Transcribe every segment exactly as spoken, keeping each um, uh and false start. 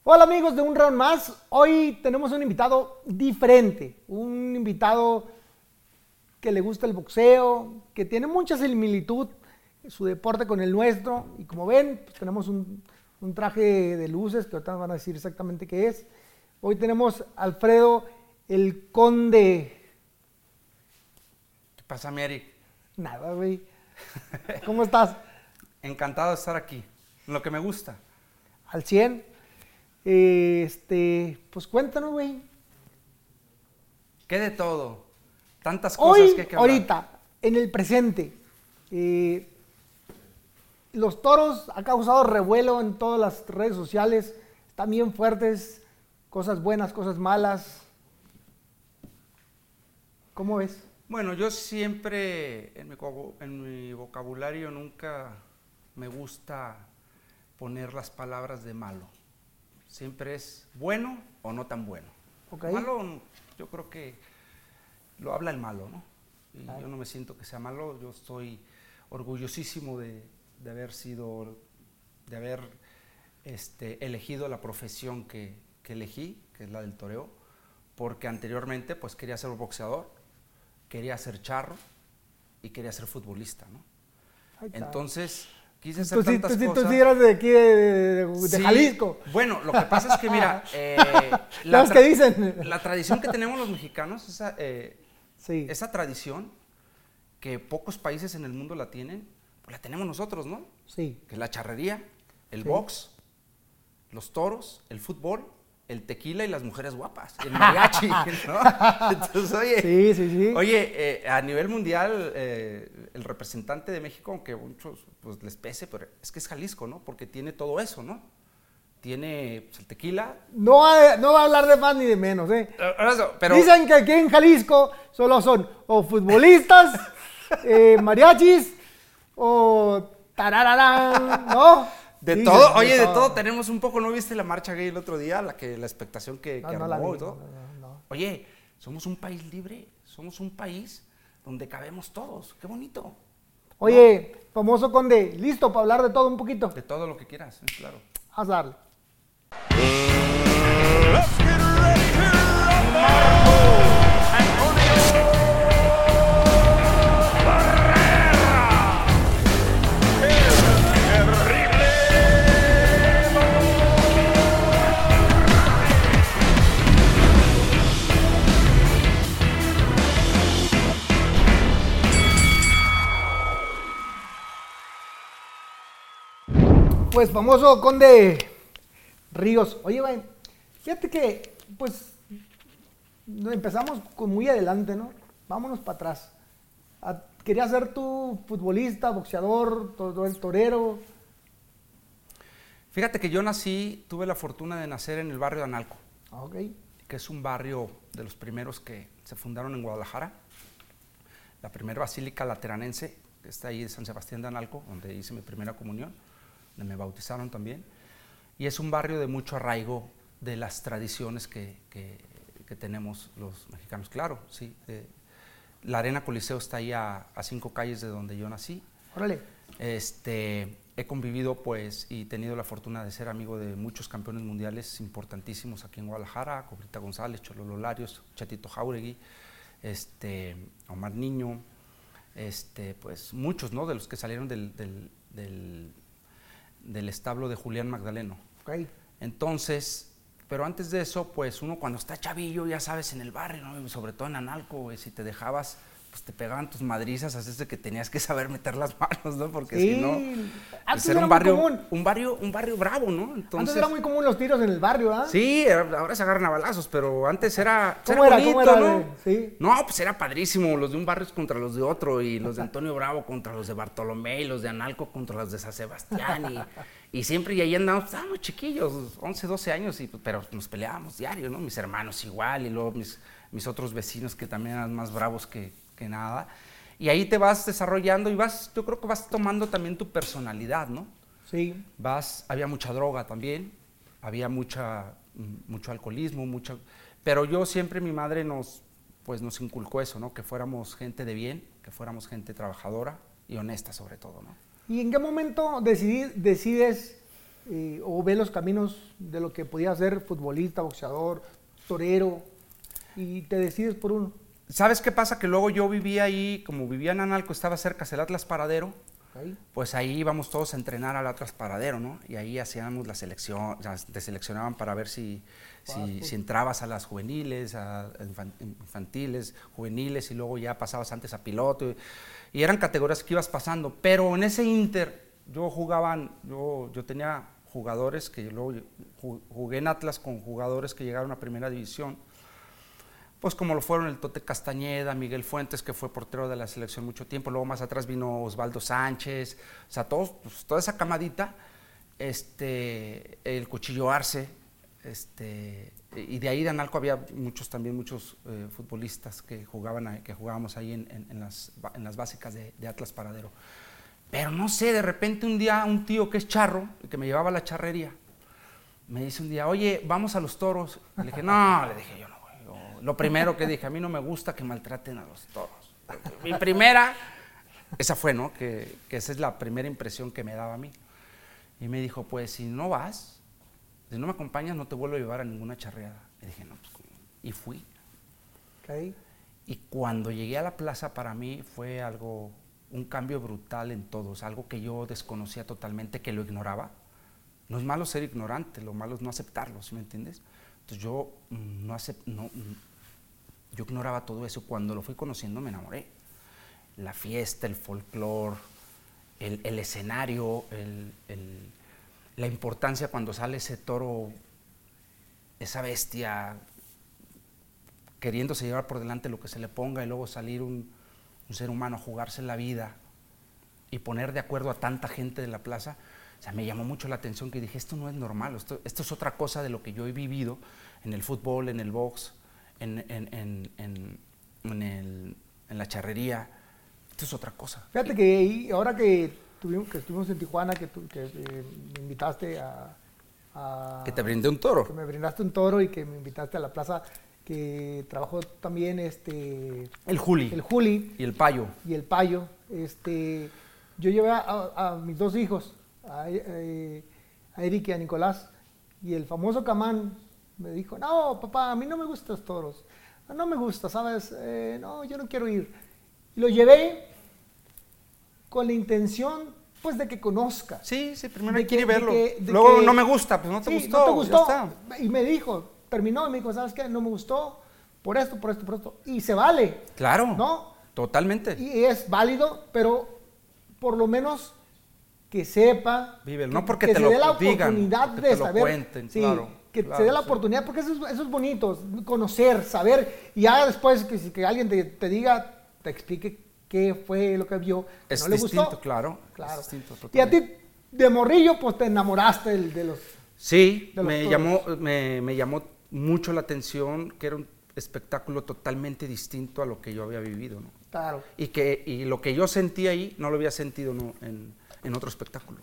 Hola amigos de Un Round Más, hoy tenemos un invitado diferente, un invitado que le gusta el boxeo, que tiene mucha similitud su deporte con el nuestro y como ven, pues tenemos un, un traje de luces que ahorita van a decir exactamente qué es. Hoy tenemos a Alfredo el Conde. ¿Qué pasa, mi Eric? Nada, güey. ¿Cómo estás? Encantado de estar aquí, en lo que me gusta. Al cien. Este, pues cuéntanos, güey. ¿Qué de todo? Tantas cosas Hoy, que hay que hablar. ahorita, en el presente, eh, los toros han causado revuelo en todas las redes sociales, están bien fuertes, cosas buenas, cosas malas. ¿Cómo ves? Bueno, yo siempre, en mi, en mi vocabulario nunca me gusta poner las palabras de malo. Siempre es bueno o no tan bueno. Okay. Malo, yo creo que lo habla el malo, ¿no? Y claro. Yo no me siento que sea malo, yo estoy orgullosísimo de, de haber sido, de haber este, elegido la profesión que, que elegí, que es la del toreo, porque anteriormente pues quería ser boxeador, quería ser charro y quería ser futbolista, ¿no? Ay, Entonces quise hacer tú, tantas tú, cosas. Tú sí eras de aquí, de, de, de sí, Jalisco. Bueno, lo que pasa es que mira, eh, la, tra que dicen? la tradición que tenemos los mexicanos, esa, eh, sí. esa tradición que pocos países en el mundo la tienen, pues la tenemos nosotros, ¿no? Sí. Que es la charrería, el sí. box, los toros, el fútbol, el tequila y las mujeres guapas, el mariachi, ¿no? Entonces, oye, sí, sí, sí. oye eh, a nivel mundial, eh, el representante de México, aunque a muchos pues, les pese, pero es que es Jalisco, ¿no? Porque tiene todo eso, ¿no? Tiene pues, el tequila. No va, no va a hablar de más ni de menos, ¿eh? Pero, dicen que aquí en Jalisco solo son o futbolistas, eh, mariachis o tarararán, ¿no? De Dicen, todo, oye, de de todo. todo tenemos un poco, ¿no viste la marcha gay el otro día? La que la expectación que, no, que no armó vi, y todo. no, no, no. Oye, somos un país libre, somos un país donde cabemos todos, qué bonito. Oye, ¿no? Famoso Conde, ¿listo para hablar de todo un poquito? De todo lo que quieras, claro. Haz darle. Let's get ready to rumble. Antonio Barrera, el terrible. Pues famoso Conde Ríos. Oye, güey, fíjate que, pues, empezamos con muy adelante, ¿no? Vámonos para atrás. A, ¿Querías ser tú futbolista, boxeador, to torero? Fíjate que yo nací, tuve la fortuna de nacer en el barrio de Analco, Okay. que es un barrio de los primeros que se fundaron en Guadalajara. La primera basílica lateranense, que está ahí de San Sebastián de Analco, donde hice mi primera comunión, donde me bautizaron también. Y es un barrio de mucho arraigo de las tradiciones que, que, que tenemos los mexicanos. Claro, sí. Eh, la Arena Coliseo está ahí a, a cinco calles de donde yo nací. Órale. Este, he convivido pues y tenido la fortuna de ser amigo de muchos campeones mundiales importantísimos aquí en Guadalajara, Cobrita González, Chololo Larios, Chatito Jauregui, este, Omar Niño, este, pues muchos, ¿no? De los que salieron del, del, del, del establo de Julián Magdaleno. Okay. Entonces, pero antes de eso, pues uno cuando está chavillo, ya sabes, en el barrio, ¿no? Y sobre todo en Analco, güey, si te dejabas, pues te pegaban tus madrizas, así es de que tenías que saber meter las manos, ¿no? Porque sí. si no, antes pues era era un barrio, muy común. un barrio, un barrio bravo, ¿no? Entonces, antes era muy común los tiros en el barrio, ¿ah? ¿eh? Sí, ahora se agarran a balazos, pero antes era, ¿Cómo era, era? bonito, ¿Cómo era? ¿no? Sí. No, pues era padrísimo, los de un barrio contra los de otro, y los de Antonio Bravo contra los de Bartolomé, y los de Analco contra los de San Sebastián, y, y siempre, y ahí andábamos, pues, estábamos chiquillos, once, doce años, y, pero nos peleábamos diario, ¿no? Mis hermanos igual, y luego mis, mis otros vecinos que también eran más bravos que, que nada. Y ahí te vas desarrollando y vas, yo creo que vas tomando también tu personalidad, ¿no? Sí. Vas, había mucha droga también, había mucha, mucho alcoholismo, mucha, pero yo siempre, mi madre nos, pues nos inculcó eso, ¿no? Que fuéramos gente de bien, que fuéramos gente trabajadora y honesta sobre todo, ¿no? ¿Y en qué momento decidí, decides eh, o ve los caminos de lo que podía ser futbolista, boxeador, torero, y te decides por uno. ¿Sabes qué pasa? Que luego yo vivía ahí, como vivía en Analco, estaba cerca del Atlas Paradero, ¿Okay? pues ahí íbamos todos a entrenar al Atlas Paradero, ¿no? Y ahí hacíamos la selección, o sea, te seleccionaban para ver si, si, si entrabas a las juveniles, a infantiles, juveniles, y luego ya pasabas antes a piloto, y, y eran categorías que ibas pasando, pero en ese inter yo jugaban, yo, yo tenía jugadores que luego jugué en Atlas con jugadores que llegaron a primera división, pues como lo fueron el Tote Castañeda, Miguel Fuentes, que fue portero de la selección mucho tiempo, luego más atrás vino Osvaldo Sánchez, o sea, todos, pues, toda esa camadita, este, el Cuchillo Arce, este, y de ahí de Analco había muchos también, muchos eh, futbolistas que jugaban, ahí, que jugábamos ahí en, en, en, las, en las básicas de, de Atlas Paradero. Pero no sé, de repente un día un tío que es charro, que me llevaba a la charrería, me dice un día, oye, vamos a los toros. Y le dije, no, le dije yo no. Lo primero que dije, a mí no me gusta que maltraten a los toros. Mi primera, esa fue, ¿no? Que, que esa es la primera impresión que me daba a mí. Y me dijo, pues si no vas, si no me acompañas, no te vuelvo a llevar a ninguna charreada. Y dije, no, pues, y fui. Okay. Y cuando llegué a la plaza, para mí fue algo, un cambio brutal en todos, algo que yo desconocía totalmente, que lo ignoraba. No es malo ser ignorante, lo malo es no aceptarlo, ¿sí me entiendes? Entonces yo no acept, no, yo ignoraba todo eso. Cuando lo fui conociendo me enamoré. La fiesta, el folclore, el, el escenario, el, el, la importancia cuando sale ese toro, esa bestia, queriéndose llevar por delante lo que se le ponga y luego salir un, un ser humano a jugarse la vida y poner de acuerdo a tanta gente de la plaza. O sea, me llamó mucho la atención que dije, esto no es normal, esto, esto es otra cosa de lo que yo he vivido en el fútbol, en el box, en, en, en, en, en, el, en la charrería. Esto es otra cosa. Fíjate que ahora que, tuvimos, que estuvimos en Tijuana, que, tu, que eh, me invitaste a, a... Que te brindé un toro. Que me brindaste un toro y que me invitaste a la plaza, que trabajó también este... El Juli. El Juli. Y el Payo. Y el Payo. Este, yo llevé a, a, a mis dos hijos, a, a, a Eric y a Nicolás, y el famoso Camán me dijo, no, papá, a mí no me gustan los toros, no me gusta, ¿sabes? Eh, no, yo no quiero ir. Y lo llevé con la intención, pues, de que conozca. Sí, sí, primero De hay que ir que- a verlo. de que- de Luego que- no me gusta, pues no te Sí, gustó. no te gustó. Ya está. Y me dijo, terminó y me dijo, ¿sabes qué? No me gustó por esto, por esto, por esto. Y se vale, Claro. ¿no? Totalmente. Y es válido, pero por lo menos que sepa, Vive, que, no porque que te se lo dé la digan, oportunidad que de te lo saber, cuenten, sí, claro, que claro, se dé la sí. oportunidad, porque eso es, eso es bonito, conocer, saber, y ya después que, si- que alguien te, te diga, te explique qué fue lo que vio, que Es no le distinto, gustó. claro. Claro. Es distinto, Y a totalmente. ti, de morrillo, pues te enamoraste del- de los... Sí, de los me toros. llamó, me, me llamó mucho la atención que era un espectáculo totalmente distinto a lo que yo había vivido, ¿no? Claro. Y que y lo que yo sentí ahí no lo había sentido, ¿no? en, en otro espectáculo.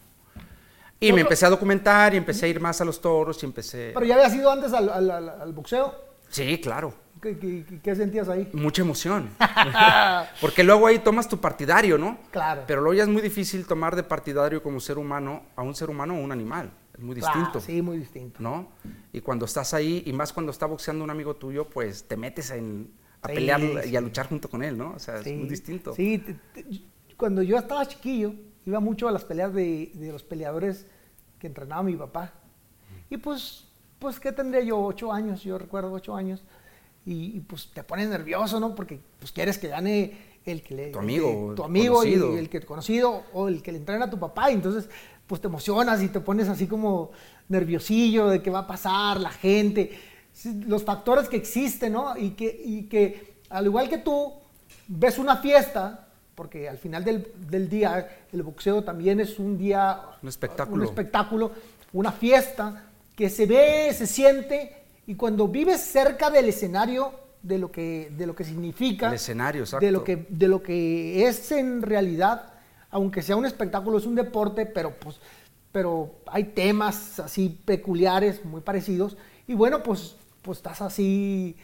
Y me Otro- empecé a documentar y empecé a ir más a los toros y empecé... Pero ya habías ido antes al, al- al- al boxeo. Sí, claro, ¿Qué, qué- qué sentías ahí? mucha emoción. Porque luego ahí tomas tu partidario, ¿no? Claro. Pero luego ya es muy difícil tomar de partidario como ser humano a un ser humano o un animal. Es muy Claro, distinto. sí, muy distinto. ¿No? Y cuando estás ahí, y más cuando está boxeando un amigo tuyo, pues te metes en, a Sí, pelear sí. y a luchar junto con él, ¿no? O sea, Sí, es muy distinto. Sí, te- te- cuando yo estaba chiquillo, iba mucho a las peleas de, de los peleadores que entrenaba mi papá. Y pues, pues, ¿qué tendría yo? Ocho años, yo recuerdo ocho años. Y, y, pues te pones nervioso, ¿no? Porque pues quieres que gane el que le... Tu el amigo, que- tu amigo y conocido. el que conocido o el que le entrena a tu papá. Y entonces, pues te emocionas y te pones así como nerviosillo de qué va a pasar, la gente, sí, los factores que existen, ¿no? Y que, y que al igual que tú, ves una fiesta, porque al final del, del día el boxeo también es un día... Un espectáculo. Un espectáculo, una fiesta que se ve, se siente, y cuando vives cerca del escenario, de lo que, de lo que significa... El escenario, exacto. De lo que, de lo que es en realidad, aunque sea un espectáculo, es un deporte, pero pues pero hay temas así peculiares, muy parecidos, y bueno, pues, pues estás así,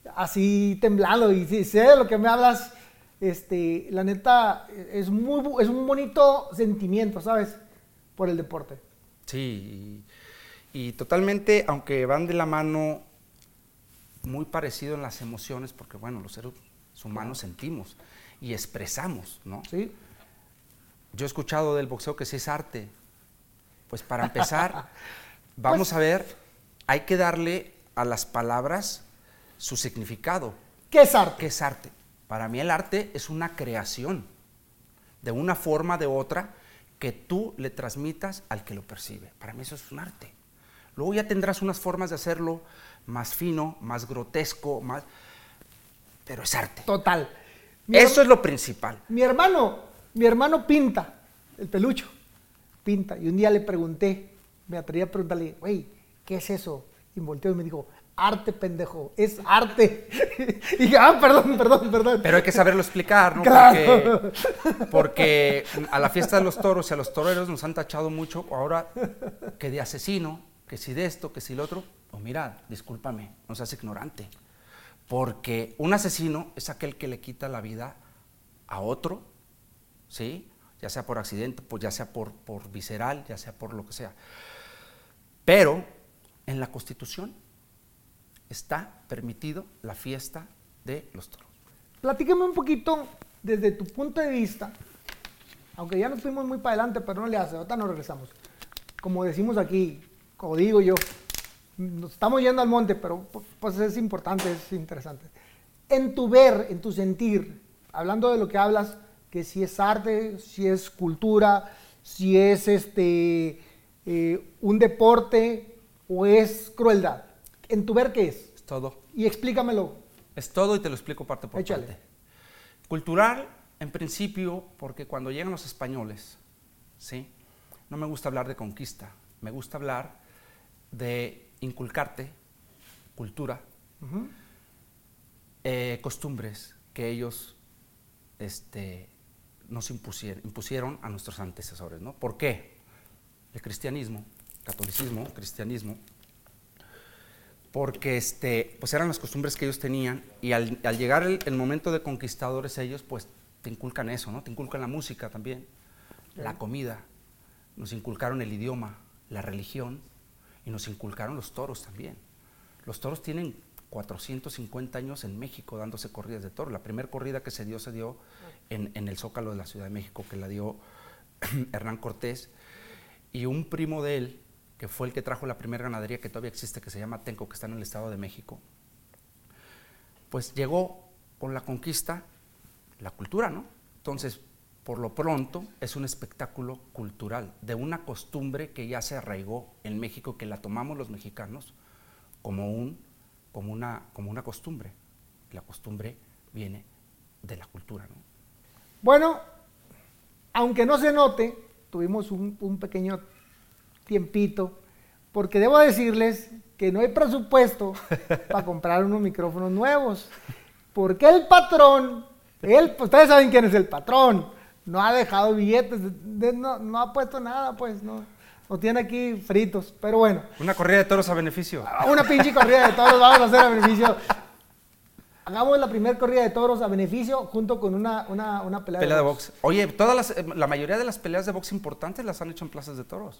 así temblando, y si sé de lo que me hablas, este, la neta, es, muy, bu- es un bonito sentimiento, ¿sabes? Por el deporte. Sí, y, y totalmente, aunque van de la mano, muy parecido en las emociones, porque bueno, los seres humanos sentimos y expresamos, ¿no? Sí. Yo he escuchado del boxeo que sí es arte. Pues para empezar, vamos a ver, hay que darle a las palabras su significado. ¿Qué es arte? ¿Qué es arte? Para mí el arte es una creación, de una forma de otra, que tú le transmitas al que lo percibe. Para mí eso es un arte. Luego ya tendrás unas formas de hacerlo más fino, más grotesco, más... pero es arte. Total. Mi Eso her- es lo principal. Mi hermano, mi hermano pinta, el pelucho, pinta. Y un día le pregunté, me atreví a preguntarle, güey, ¿qué es eso? Y volteó y me dijo, arte, pendejo, es arte. Y dije, ah, perdón, perdón, perdón. Pero hay que saberlo explicar, ¿no? Claro. Porque, porque a la fiesta de los toros y a los toreros nos han tachado mucho ahora que de asesino, que si de esto, que si lo otro. O mira, discúlpame, no seas ignorante. Porque un asesino es aquel que le quita la vida a otro, ¿sí? Ya sea por accidente, pues ya sea por, por visceral, ya sea por lo que sea. Pero en la Constitución está permitido la fiesta de los toros. Platícame un poquito desde tu punto de vista, aunque ya nos fuimos muy para adelante, pero no le hace, ahorita nos regresamos. Como decimos aquí, como digo yo, nos estamos yendo al monte, pero pues es importante, es interesante. En tu ver, en tu sentir, hablando de lo que hablas, que si es arte, si es cultura, si es este eh, un deporte o es crueldad. En tu ver, ¿qué es? Es todo. Y explícamelo. Es todo y te lo explico parte por Échale. parte. Cultural, en principio, porque cuando llegan los españoles, ¿sí? No me gusta hablar de conquista, me gusta hablar de inculcarte cultura, Uh-huh. eh, costumbres que ellos este, nos impusieron, impusieron a nuestros antecesores, ¿no? ¿Por qué? El cristianismo, catolicismo, cristianismo, porque este, pues eran las costumbres que ellos tenían y al, al llegar el, el momento de conquistadores ellos, pues te inculcan eso, ¿no? Te inculcan la música también, Sí. la comida, nos inculcaron el idioma, la religión y nos inculcaron los toros también. Los toros tienen cuatrocientos cincuenta años en México dándose corridas de toros. La primera corrida que se dio, se dio en, en el Zócalo de la Ciudad de México, que la dio Hernán Cortés, y un primo de él, que fue el que trajo la primera ganadería que todavía existe, que se llama Tenco, que está en el Estado de México, pues llegó con la conquista la cultura, ¿no? Entonces, por lo pronto, es un espectáculo cultural, de una costumbre que ya se arraigó en México, que la tomamos los mexicanos como, un, como, una, como una costumbre. La costumbre viene de la cultura, ¿no? Bueno, aunque no se note, tuvimos un, un pequeño tiempito, porque debo decirles que no hay presupuesto para comprar unos micrófonos nuevos, porque el patrón, él, pues, ustedes saben quién es el patrón, no ha dejado billetes, de- de- no, no ha puesto nada, pues, no, no tiene aquí fritos, pero bueno, Una corrida de toros a beneficio. una pinche corrida de toros vamos a hacer a beneficio. Hagamos la primera corrida de toros a beneficio junto con una, una, una pelea, Pelea de de box. Oye, todas las, eh, la mayoría de las peleas de box importantes las han hecho en plazas de toros.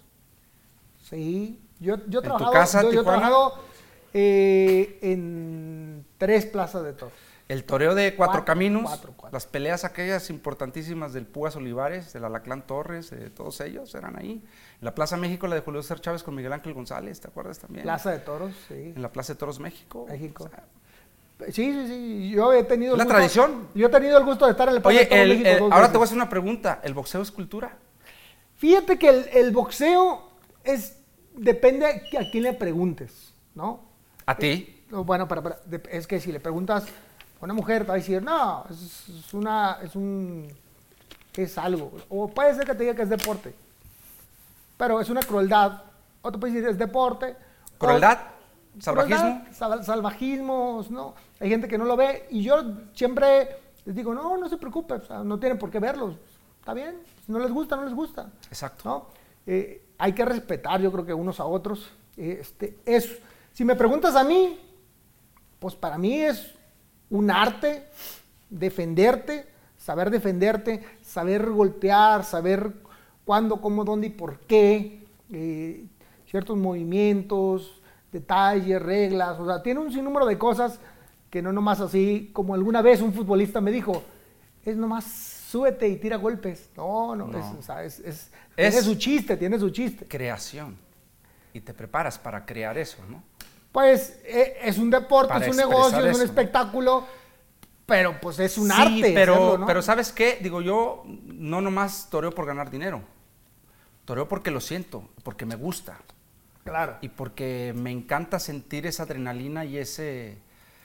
Sí, yo, yo he ¿En tu trabajado, casa, yo, yo he Tijuana? trabajado eh, en tres plazas de toros. El toreo de Cuatro, Cuatro, Caminos, cuatro, cuatro. las peleas aquellas importantísimas del Púas Olivares, del Alaclán Torres, de todos ellos eran ahí. En la Plaza México, la de Julio César Chávez con Miguel Ángel González, ¿te acuerdas también? Plaza de toros, sí. En la Plaza de Toros México. México. O sea, Sí, sí, sí, yo he tenido el ¿La gusto- tradición? Yo he tenido el gusto de estar en el Plaza de oye, Toros el- México el- dos ahora te voy a veces. hacer una pregunta. ¿El boxeo es cultura? Fíjate que el, el boxeo es, depende a, a quién le preguntes, ¿no? ¿A ti? No, Bueno, para, para, de- es que si le preguntas a una mujer, te va a decir, no, es, es una, es un, es algo. O puede ser que te diga que es deporte, pero es una crueldad. O te puede decir, es deporte. o- ¿Crueldad? ¿Salvajismo? Crueldad, sal- salvajismos, ¿no? Hay gente que no lo ve y yo siempre les digo, no, no se preocupe, o sea, no tienen por qué verlos. Está bien, si no les gusta, no les gusta. Exacto. ¿No? Eh, hay que respetar, yo creo que unos a otros. Este, es, si me preguntas a mí, pues para mí es un arte defenderte, saber defenderte, saber golpear, saber cuándo, cómo, dónde y por qué. eh, ciertos movimientos, detalles, reglas, o sea, tiene un sinnúmero de cosas que no nomás así, como alguna vez un futbolista me dijo, es nomás súbete y tira golpes. No, no, No. Es, o sea, es, es- Es- tiene su chiste, tiene su chiste. Creación. Y te preparas para crear eso, ¿no? Pues eh, es un deporte, Para es un expresar negocio, es eso, un ¿no? espectáculo, pero pues es un Sí, arte pero, hacerlo, ¿no? pero ¿sabes qué? Digo, yo no nomás toreo por ganar dinero. Toreo porque lo siento, porque me gusta. Claro. Y porque me encanta sentir esa adrenalina y ese,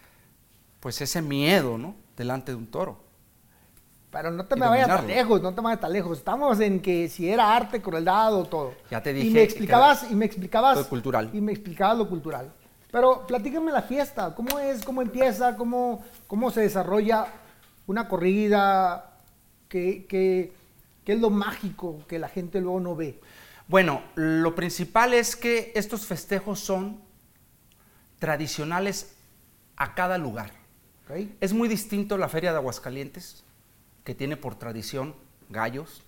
pues ese miedo, ¿no? Delante de un toro. Pero no te y me vayas tan dominarlo. lejos, no te vayas tan lejos. Estamos en que si era arte, crueldad o todo. Ya te Y dije me que explicabas, era y me explicabas. lo cultural. Y me explicabas lo cultural. Pero platícame la fiesta, ¿cómo es? ¿Cómo empieza? ¿Cómo, cómo se desarrolla una corrida? ¿Qué, qué, qué es lo mágico que la gente luego no ve? Bueno, lo principal es que estos festejos son tradicionales a cada lugar. ¿Ok? Es muy distinto la Feria de Aguascalientes, que tiene por tradición gallos,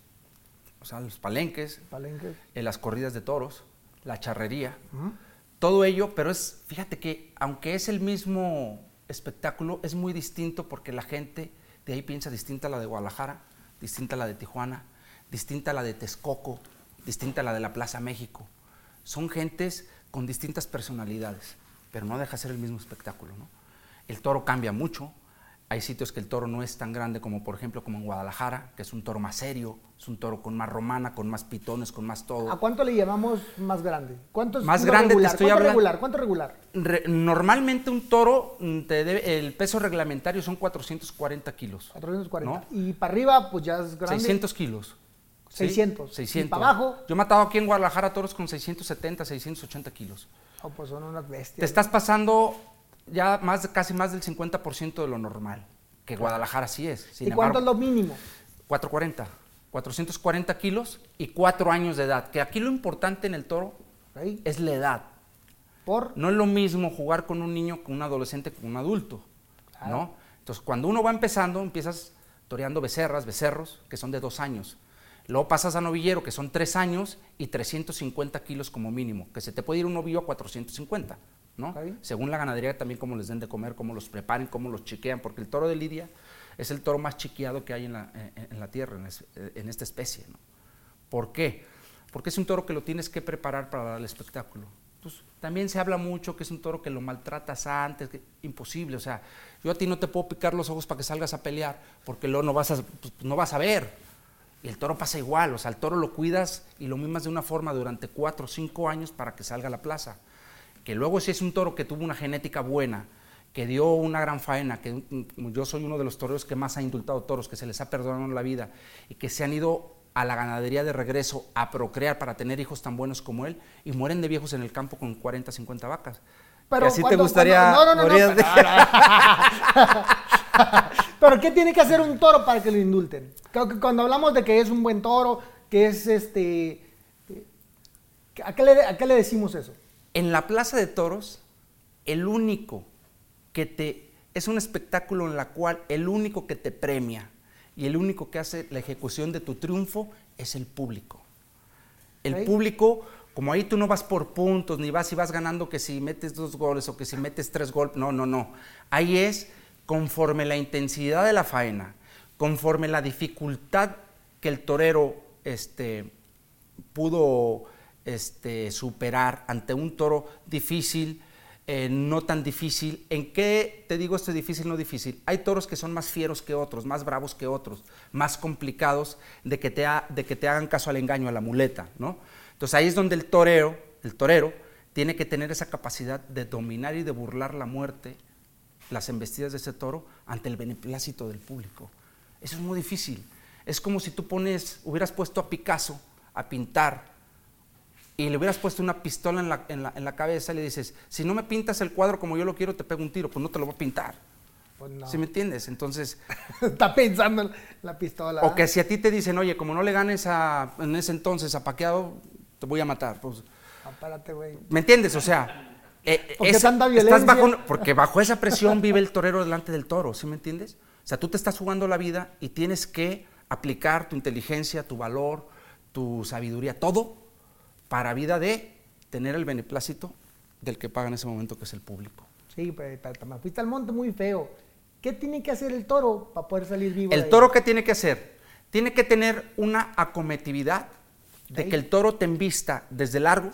o sea, los palenques, Palenques. eh, las corridas de toros, la charrería, Ujú. todo ello, pero es, fíjate que aunque es el mismo espectáculo, es muy distinto porque la gente de ahí piensa distinta a la de Guadalajara, distinta a la de Tijuana, distinta a la de Texcoco, distinta a la de la Plaza México. Son gentes con distintas personalidades, pero no deja de ser el mismo espectáculo, ¿no? El toro cambia mucho. Hay sitios que el toro no es tan grande como, por ejemplo, como en Guadalajara, que es un toro más serio, es un toro con más romana, con más pitones, con más todo. ¿A cuánto le llamamos más grande? ¿Cuánto es Más uno grande te regular? estoy ¿Cuánto hablando- regular? ¿Cuánto regular? Re- normalmente un toro, mm, te debe- el peso reglamentario son cuatrocientos cuarenta kilos. cuatrocientos cuarenta. ¿No? Y para arriba, pues ya es grande. seiscientos kilos. ¿sí? seiscientos. seiscientos. ¿Y para abajo? Yo he matado aquí en Guadalajara toros con seiscientos setenta, seiscientos ochenta kilos. Oh, pues son unas bestias. Te estás pasando ya más, de- casi más del cincuenta por ciento de lo normal, que Guadalajara sí es. Sin ¿Y cuánto es embargo, lo mínimo? cuatrocientos cuarenta. cuatrocientos cuarenta kilos y cuatro años de edad. Que aquí lo importante en el toro ¿Ok? es la edad. Por No es lo mismo jugar con un niño, con un adolescente, con un adulto, Claro. ¿no? Entonces, cuando uno va empezando, empiezas toreando becerras, becerros, que son de dos años. Luego pasas a novillero, que son tres años y trescientos cincuenta kilos como mínimo, que se te puede ir un novillo a cuatrocientos cincuenta, ¿no? Ok. Según la ganadería también cómo les den de comer, cómo los preparen, cómo los chiquean, porque el toro de lidia es el toro más chiqueado que hay en la, en, en la tierra, en, es- en esta especie, ¿no? ¿Por qué? Porque es un toro que lo tienes que preparar para dar el espectáculo. Entonces, también se habla mucho que es un toro que lo maltratas antes, que imposible, o sea, yo a ti no te puedo picar los ojos para que salgas a pelear, porque luego no vas a, pues, no vas a ver. Y el toro pasa igual, o sea, el toro lo cuidas y lo mimas de una forma durante cuatro o cinco años para que salga a la plaza. Que luego si es un toro que tuvo una genética buena, que dio una gran faena, que mm, yo soy uno de los toreros que más ha indultado toros, que se les ha perdonado la vida y que se han ido a la ganadería de regreso a procrear para tener hijos tan buenos como él y mueren de viejos en el campo con cuarenta, cincuenta vacas. Pero Que así te cuando- gustaría cuando- no, no, no, morir no, de- Pero ¿qué tiene que hacer un toro para que lo indulten? Creo que cuando hablamos de que es un buen toro, que es este... eh, ¿A qué le, a qué le decimos eso? En la plaza de toros, el único que te... Es un espectáculo en la cual el único que te premia y el único que hace la ejecución de tu triunfo es el público. El Ok. público, como ahí tú no vas por puntos, ni vas y vas ganando que si metes dos goles o que si metes tres goles, no, no, no. Ahí es conforme la intensidad de la faena, conforme la dificultad que el torero este, pudo este, superar ante un toro difícil, eh, no tan difícil. ¿En qué te digo esto difícil, no difícil? Hay toros que son más fieros que otros, más bravos que otros, más complicados de que te, ha, de que te hagan caso al engaño, a la muleta, ¿no? Entonces ahí es donde el torero, el torero tiene que tener esa capacidad de dominar y de burlar la muerte, las embestidas de ese toro ante el beneplácito del público. Eso es muy difícil. Es como si tú pones, hubieras puesto a Picasso a pintar y le hubieras puesto una pistola en la, en la, en la cabeza y le dices, si no me pintas el cuadro como yo lo quiero, te pego un tiro. Pues no te lo voy a pintar. Pues no. ¿Sí me entiendes? Entonces, Está pensando en la pistola. o que si a ti te dicen, oye, como no le ganes a, en ese entonces a Paqueado, te voy a matar. Pues, Ah, espérate, güey. ¿me entiendes? O sea, eh, ¿Por qué esa- tanta estás violencia? bajo, porque bajo esa presión vive el torero delante del toro, ¿sí me entiendes? O sea, tú te estás jugando la vida y tienes que aplicar tu inteligencia, tu valor, tu sabiduría, todo para vida de tener el beneplácito del que paga en ese momento, que es el público. Sí, pero, pero me fuiste al monte muy feo. ¿Qué tiene que hacer el toro para poder salir vivo? de El ahí? toro, ¿qué tiene que hacer? Tiene que tener una acometividad de Ok. que el toro te embista desde largo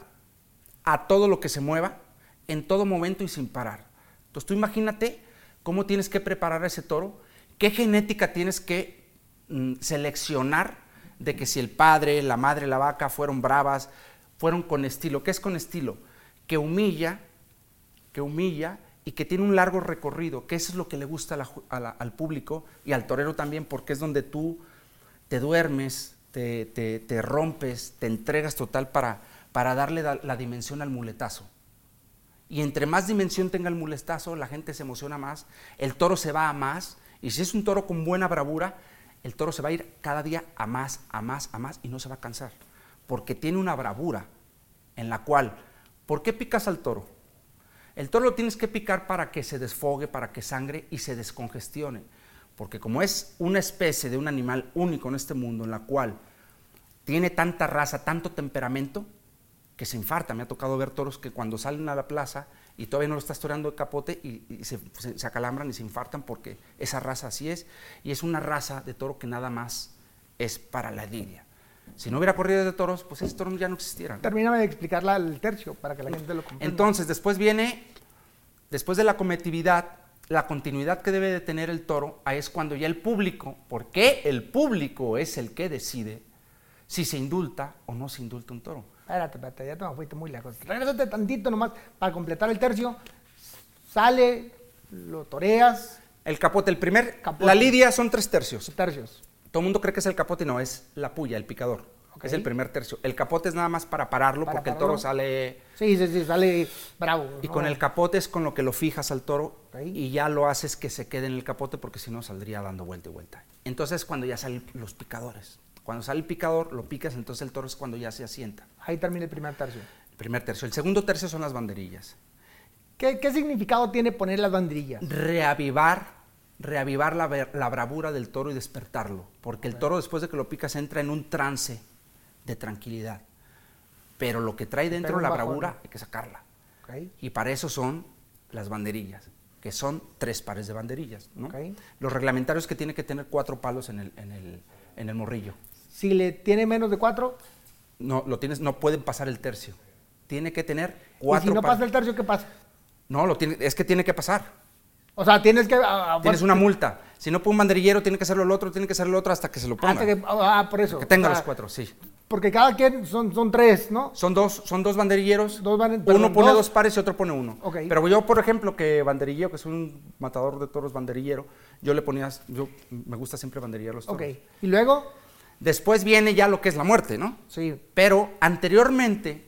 a todo lo que se mueva, en todo momento y sin parar. Entonces tú imagínate cómo tienes que preparar a ese toro, qué genética tienes que mm, seleccionar de que si el padre, la madre, la vaca fueron bravas, fueron con estilo. ¿Qué es con estilo? Que humilla, que humilla y que tiene un largo recorrido, que eso es lo que le gusta a la, a la, al público y al torero también, porque es donde tú te duermes, te, te, te rompes, te entregas total para, para darle da, la dimensión al muletazo. Y entre más dimensión tenga el muletazo, la gente se emociona más, el toro se va a más, y si es un toro con buena bravura, el toro se va a ir cada día a más, a más, a más, y no se va a cansar, porque tiene una bravura en la cual, ¿por qué picas al toro? El toro lo tienes que picar para que se desfogue, para que sangre y se descongestione, porque como es una especie de un animal único en este mundo, en la cual tiene tanta raza, tanto temperamento, que se infarta. Me ha tocado ver toros que cuando salen a la plaza y todavía no lo estás toreando de capote y, y se, se, se acalambran y se infartan porque esa raza así es, y es una raza de toro que nada más es para la lidia. Si no hubiera corrido de toros, pues ese toro ya no existiera, ¿no? Termíname de explicar la- el tercio para que la gente lo comprenda. Entonces, después viene, después de la cometividad, la continuidad que debe de tener el toro, ahí es cuando ya el público, porque el público es el que decide si se indulta o no se indulta un toro. Espérate, espérate, ya te me fuiste muy lejos. Regrésate tantito nomás para completar el tercio. Sale, lo toreas, El capote, el primer, Capote. la lidia son tres tercios. tercios. Todo el mundo cree que es el capote, no, es la puya, el picador. Ok. Es el primer tercio. El capote es nada más para pararlo, Para porque pararlo. el toro sale... Sí, sí, sí, sale bravo. Y ¿no? con el capote es con lo que lo fijas al toro, Ok. y ya lo haces que se quede en el capote, porque si no saldría dando vuelta y vuelta. Entonces cuando ya salen los picadores. Cuando sale el picador, lo picas, entonces el toro es cuando ya se asienta. Ahí termina el primer tercio. El primer tercio. El segundo tercio son las banderillas. ¿Qué, qué significado tiene poner las banderillas? Reavivar, reavivar la, ver- la bravura del toro y despertarlo. Porque el toro, después de que lo picas, entra en un trance de tranquilidad. Pero lo que trae dentro un la bajón. bravura hay que sacarla. Ok, Y para eso son las banderillas, que son tres pares de banderillas, ¿no? Ok. Los reglamentarios que tiene que tener cuatro palos en el, en el, en el morrillo. Si le tiene menos de cuatro, No, lo tienes, no pueden pasar el tercio. Tiene que tener y cuatro si no palos. pasa el tercio, ¿qué pasa? No, lo tiene, es que tiene que pasar. O sea, tienes que... ah, ah, Tienes pues, una multa. Si no pone un banderillero, tiene que hacerlo el otro, tiene que hacerlo el otro hasta que se lo ponga. hasta que, ah, por eso. Que tenga O sea, los cuatro, sí. Porque cada quien son, son tres, ¿no? Son dos, son dos banderilleros. Dos bande- uno perdón, pone dos. dos pares y otro pone uno. Ok. Pero yo, por ejemplo, que banderillero, que soy un matador de toros banderillero, yo le ponía, yo me gusta siempre banderillear los toros. Ok. Y luego, Después viene ya lo que es la muerte, ¿no? sí, Pero anteriormente,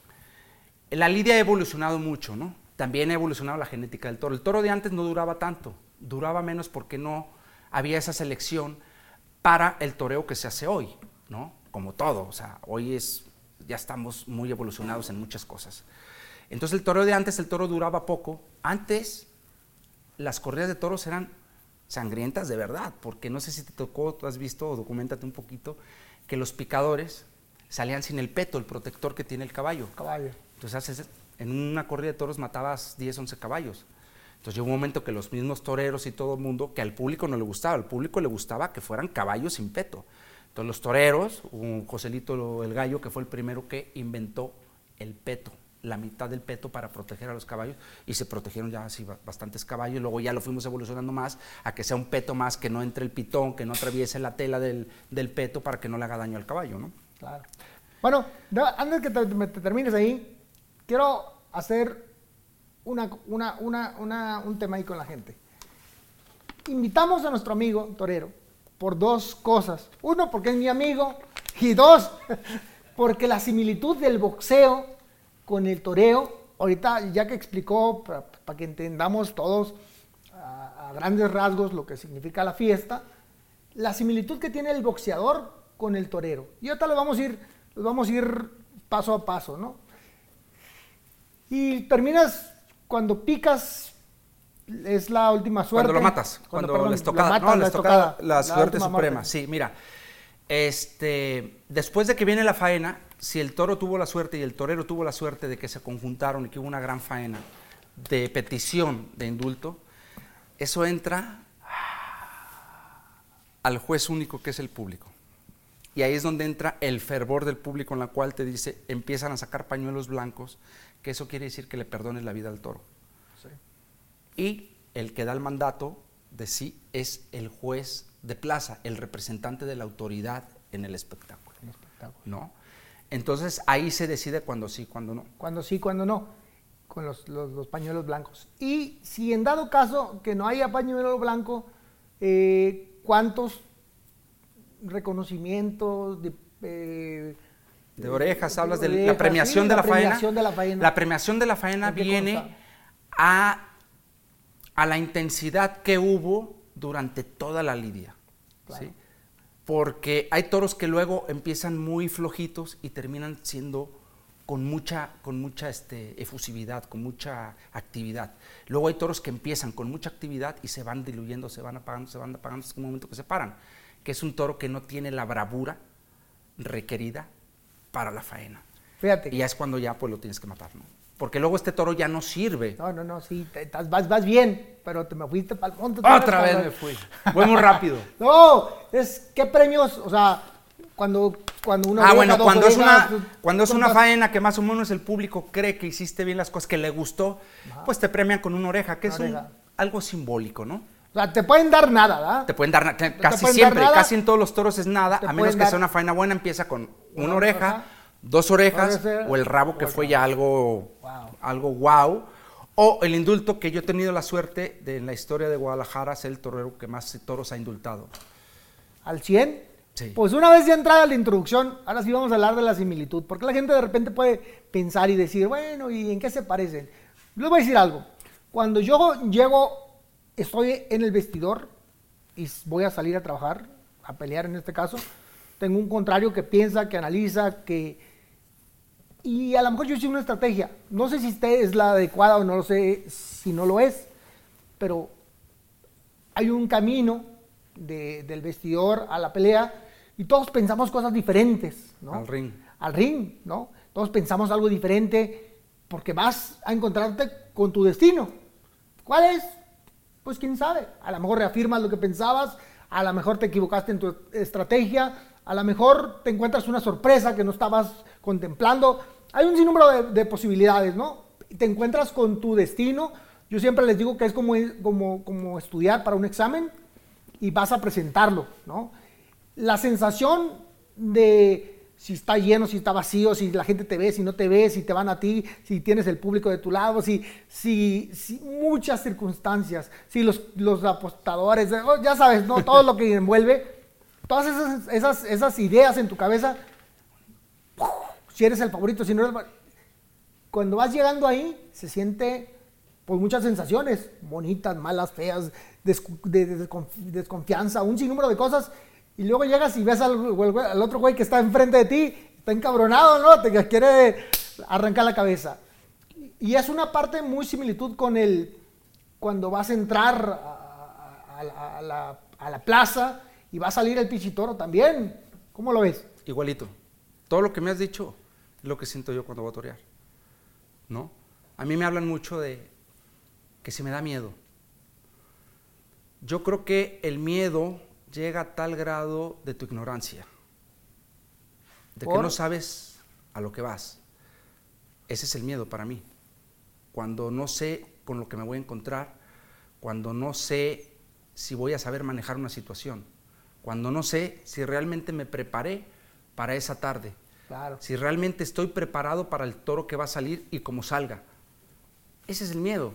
la lidia ha evolucionado mucho, ¿no? También ha evolucionado la genética del toro. El toro de antes no duraba tanto, duraba menos porque no había esa selección para el toreo que se hace hoy, ¿no? Como todo, o sea, hoy es, ya estamos muy evolucionados en muchas cosas. Entonces el toreo de antes, el toro duraba poco. Antes, las corridas de toros eran sangrientas de verdad, porque no sé si te tocó, tú has visto o documentate un poquito, que los picadores salían sin el peto, el protector que tiene el caballo. caballo. Entonces haces- en una corrida de toros matabas diez, once caballos. Entonces llegó un momento que los mismos toreros y todo el mundo, que al público no le gustaba, al público le gustaba que fueran caballos sin peto. Entonces los toreros, un Joselito el Gallo, que fue el primero que inventó el peto, la mitad del peto para proteger a los caballos, y se protegieron ya así ba- bastantes caballos. Luego ya lo fuimos evolucionando más a que sea un peto más, que no entre el pitón, que no atraviese la tela del, del peto para que no le haga daño al caballo, ¿no? Claro. Bueno, da- antes que te, me- te termines ahí, quiero hacer una, una, una, una- un tema ahí con la gente. Invitamos a nuestro amigo torero por dos cosas. Uno, porque es mi amigo, y dos, porque la similitud del boxeo con el toreo, ahorita ya que explicó, para que entendamos todos a, a grandes rasgos lo que significa la fiesta, la similitud que tiene el boxeador con el torero. Y ahorita lo vamos a ir, los vamos a ir paso a paso, ¿no? Y terminas cuando picas, es la última suerte. Cuando lo matas, cuando, perdón, les lo toca, matas, no, la les toca estocada, la, suerte última suprema. muerte. Sí, mira, Este, después de que viene la faena, si el toro tuvo la suerte y el torero tuvo la suerte de que se conjuntaron y que hubo una gran faena de petición de indulto, eso entra al juez único, que es el público. Y ahí es donde entra el fervor del público, en la cual te dice, empiezan a sacar pañuelos blancos, que eso quiere decir que le perdones la vida al toro. Sí. Y el que da el mandato de sí es el juez de plaza, el representante de la autoridad en el espectáculo. El espectáculo. ¿No? Entonces ahí se decide cuándo sí, cuándo no. Cuando sí, cuando no, con los, los, los pañuelos blancos. Y si en dado caso que no haya pañuelo blanco, eh, ¿cuántos reconocimientos de, eh, de orejas? de Hablas de orejas, la premiación, sí, de, la la premiación faena. de la faena. La premiación de la faena ¿En qué viene consta? a, a la intensidad que hubo durante toda la lidia. Claro. ¿Sí? Porque hay toros que luego empiezan muy flojitos y terminan siendo con mucha, con mucha este, efusividad, con mucha actividad. Luego hay toros que empiezan con mucha actividad y se van diluyendo, se van apagando, se van apagando, hasta un momento que se paran, que es un toro que no tiene la bravura requerida para la faena. Fíjate. Y ya es cuando ya pues lo tienes que matar, ¿no? Porque luego este toro ya no sirve. No, no, no, sí, te, te, vas, vas bien, pero te me fuiste para el monte. Otra vez me fui. Voy muy rápido. No, es, ¿qué premios? O sea, cuando, cuando uno... Ah, oreja, bueno, dos cuando es orejas, una, tú- cuando es una ¿cuántas? faena que más o menos el público cree que hiciste bien las cosas, que le gustó, Ajá. pues te premian con una oreja, que Una es un- oreja. algo simbólico, ¿no? O sea, te pueden dar nada, ¿verdad? Te pueden dar, na- que casi pueden dar siempre, nada. casi en todos los toros es nada, Te a menos pueden que dar- sea una faena buena, empieza con una, Una oreja, oreja, dos orejas, oreja, o el rabo, que o el fue rabo. ya algo Wow. algo wow, o el indulto, que yo he tenido la suerte de en la historia de Guadalajara ser el torero que más toros ha indultado. ¿Al cien? Sí. Pues una vez ya entrada la introducción, ahora sí vamos a hablar de la similitud, porque la gente de repente puede pensar y decir, bueno, ¿y en qué se parecen? Les voy a decir algo. Cuando yo llego, estoy en el vestidor y voy a salir a trabajar, a pelear en este caso, tengo un contrario que piensa, que analiza, que... Y a lo mejor yo hice una estrategia. No sé si usted es la adecuada o no lo sé si no lo es, pero hay un camino de- del vestidor a la pelea y todos pensamos cosas diferentes, ¿no? Al ring. Al ring, ¿no? Todos pensamos algo diferente porque vas a encontrarte con tu destino. ¿Cuál es? Pues quién sabe. A lo mejor reafirmas lo que pensabas, a lo mejor te equivocaste en tu estrategia, a lo mejor te encuentras una sorpresa que no estabas contemplando. Hay un sinnúmero de, de posibilidades, ¿no? Te encuentras con tu destino. Yo siempre les digo que es como, como, como estudiar para un examen y vas a presentarlo, ¿no? La sensación de si está lleno, si está vacío, si la gente te ve, si no te ve, si te van a ti, si tienes el público de tu lado, si, si, si muchas circunstancias, si los, los apostadores, oh, ya sabes, ¿no? Todo lo que envuelve, todas esas, esas, esas ideas en tu cabeza, si eres el favorito, si no eres... Cuando vas llegando ahí, se siente pues muchas sensaciones, bonitas, malas, feas, descu- de, de- desconf- desconfianza, un sinnúmero de cosas, y luego llegas y ves al, al- al otro güey que está enfrente de ti, está encabronado, ¿no? Te quiere arrancar la cabeza. Y es una parte muy similitud con el, cuando vas a entrar a, a- a la, a la- a la plaza y va a salir el pichitoro también. ¿Cómo lo ves? Igualito. Todo lo que me has dicho es lo que siento yo cuando voy a torear, ¿no? A mí me hablan mucho de que si me da miedo. Yo creo que el miedo llega a tal grado de tu ignorancia, de que ¿Por? no sabes a lo que vas. Ese es el miedo para mí. Cuando no sé con lo que me voy a encontrar, cuando no sé si voy a saber manejar una situación, cuando no sé si realmente me preparé para esa tarde, Claro. si realmente estoy preparado para el toro que va a salir y cómo salga. Ese es el miedo.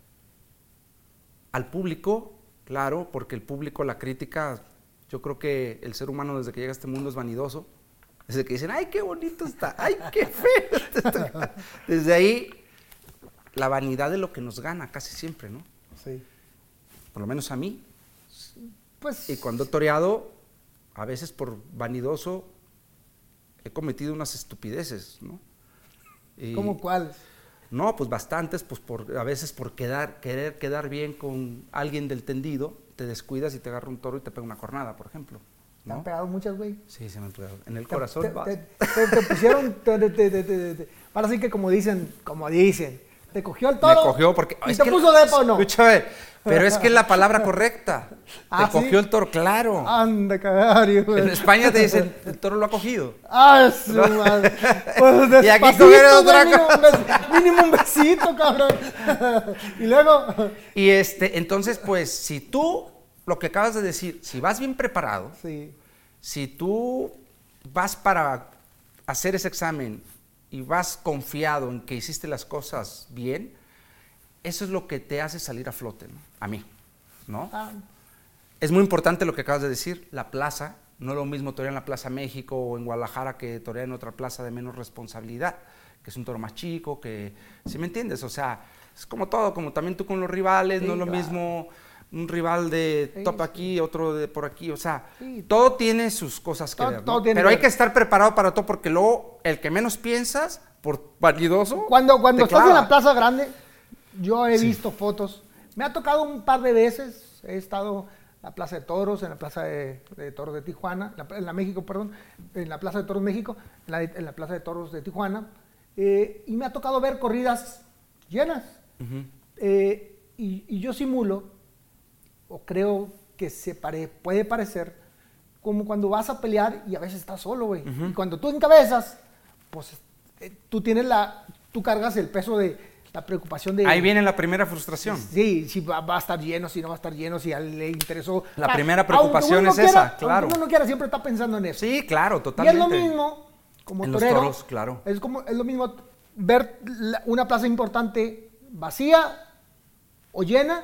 Al público, claro, porque el público, la crítica, yo creo que el ser humano desde que llega a este mundo es vanidoso. Desde que dicen, ay, qué bonito está, ay, qué feo. Desde ahí, la vanidad de lo que nos gana casi siempre, ¿no? Sí. Por lo menos a mí. Pues, Y cuando he toreado, a veces por vanidoso, he cometido unas estupideces, ¿no? Y- ¿cómo cuál? No, pues bastantes, pues por, a veces por quedar, querer quedar bien con alguien del tendido, te descuidas y te agarra un toro y te pega una cornada, por ejemplo. ¿Te han ¿no? pegado muchas, güey? Sí, se me han pegado. En el Te- corazón te, vas. te, te- te pusieron, te, te, te, te, te- te- ahora sí que como dicen, como dicen, te cogió el Me toro. cogió porque... ¿Y es te que- puso depa o no? Escúchame, pero es que es la palabra correcta. ¿Ah, Te cogió sí? el toro, claro. Anda, cagario, güey. En España te dicen, el toro lo ha cogido. ¡Ah, su madre! Pues Y aquí despacito, cogieron güey, otra mínimo, un bes- mínimo un besito, cabrón. Y luego, Y este, entonces, pues, si tú, lo que acabas de decir, si vas bien preparado, sí, si tú vas para hacer ese examen y vas confiado en que hiciste las cosas bien, eso es lo que te hace salir a flote, ¿no? A mí, ¿no? ah, Es muy importante lo que acabas de decir, la plaza, no es lo mismo torear en la Plaza México o en Guadalajara que torear en otra plaza de menos responsabilidad, que es un toro más chico, que, ¿sí me entiendes? O sea, es como todo, como también tú con los rivales, Sí, no es lo claro. mismo un rival de Sí, top sí. aquí, otro de por aquí, o sea, Sí. todo tiene sus cosas que Todo- ver, ¿no? todo tiene Pero que hay ver. que estar preparado para todo porque luego el que menos piensas, por validoso, cuando, cuando te estás en clava. la Plaza Grande, yo he Sí. visto fotos. Me ha tocado un par de veces. He estado en la Plaza de Toros, en la Plaza de, de Toros de Tijuana, la- en la México, perdón, en la Plaza de Toros México, en la, en la Plaza de Toros de Tijuana. eh, y me ha tocado ver corridas llenas. Ujú. Eh, y, y yo simulo, o creo que se pare- puede parecer, como cuando vas a pelear y a veces estás solo, güey. Y cuando tú encabezas, pues eh, tú tienes la, tú cargas el peso de la preocupación de... Ahí viene la primera frustración. Sí, si va, va a estar lleno, si no va a estar lleno, si a él le interesó. La Ah, primera aunque preocupación uno es quiera- esa, claro. Aunque uno no quiera, siempre está pensando en eso. Sí, claro, Y es totalmente. lo mismo, como En los torero, toros, claro. es, como, es lo mismo ver la- una plaza importante vacía o llena.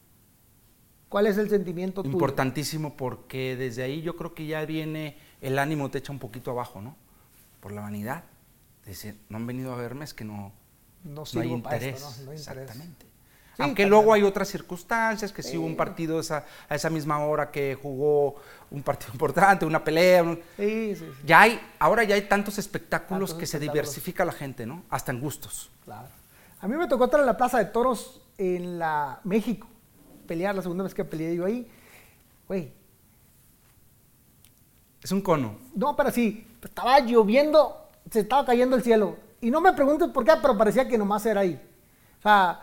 ¿Cuál es el sentimiento tuyo? Importantísimo porque desde ahí yo creo que ya viene, el ánimo te echa un poquito abajo, ¿no? Por la vanidad. Decir, no han venido a verme, es que no, No no hay sirvo para interés. esto, ¿no? No hay interés. Exactamente. Sí, Aunque también. luego hay otras circunstancias, que si Sí. hubo un partido esa, a esa misma hora que jugó un partido importante, una pelea. un- Sí, sí, sí, Ya hay, ahora ya hay tantos espectáculos Tantos que se espectáculos. diversifica la gente, ¿no? Hasta en gustos. claro. A mí me tocó estar en la Plaza de Toros en la México, pelear la segunda vez que peleé yo ahí. Güey, Es un cono. no, pero sí, estaba lloviendo, se estaba cayendo el cielo. Y no me preguntes por qué, pero parecía que nomás era ahí. O sea,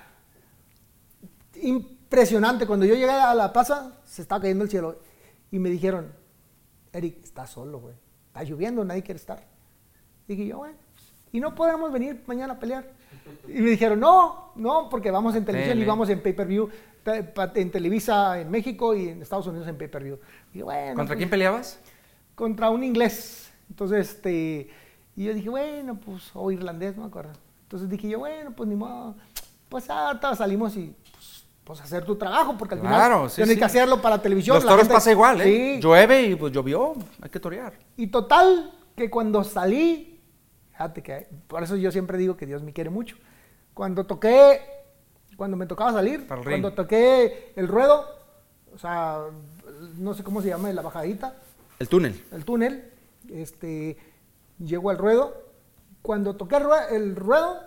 impresionante. Cuando yo llegué a la plaza, se estaba cayendo el cielo. Y me dijeron, Eric, estás solo, güey. Está lloviendo, nadie quiere estar. Dije yo, bueno, y no podemos venir mañana a pelear. Y me dijeron, no, no, porque vamos en televisión Tele. y vamos en pay-per-view, te- pa- en Televisa en México y en Estados Unidos en pay-per-view. Dije, bueno, ¿Contra pues, quién peleabas? contra un inglés. Entonces, este, y yo dije, bueno, pues, o irlandés, no me acuerdo. Entonces dije yo, bueno, pues ni modo, pues ahorita salimos y pues, pues hacer tu trabajo, porque al Claro, final sí, tienes sí. que hacerlo para televisión. Los la toros gente- pasa igual, ¿eh? Sí. Llueve y pues llovió, hay que torear. Y total, que cuando salí, fíjate que por eso yo siempre digo que Dios me quiere mucho. Cuando toqué, cuando me tocaba salir, Para el ring. cuando toqué el ruedo, o sea, no sé cómo se llama, la bajadita, El túnel. el túnel, este, llego al ruedo. Cuando toqué el rue- el ruedo,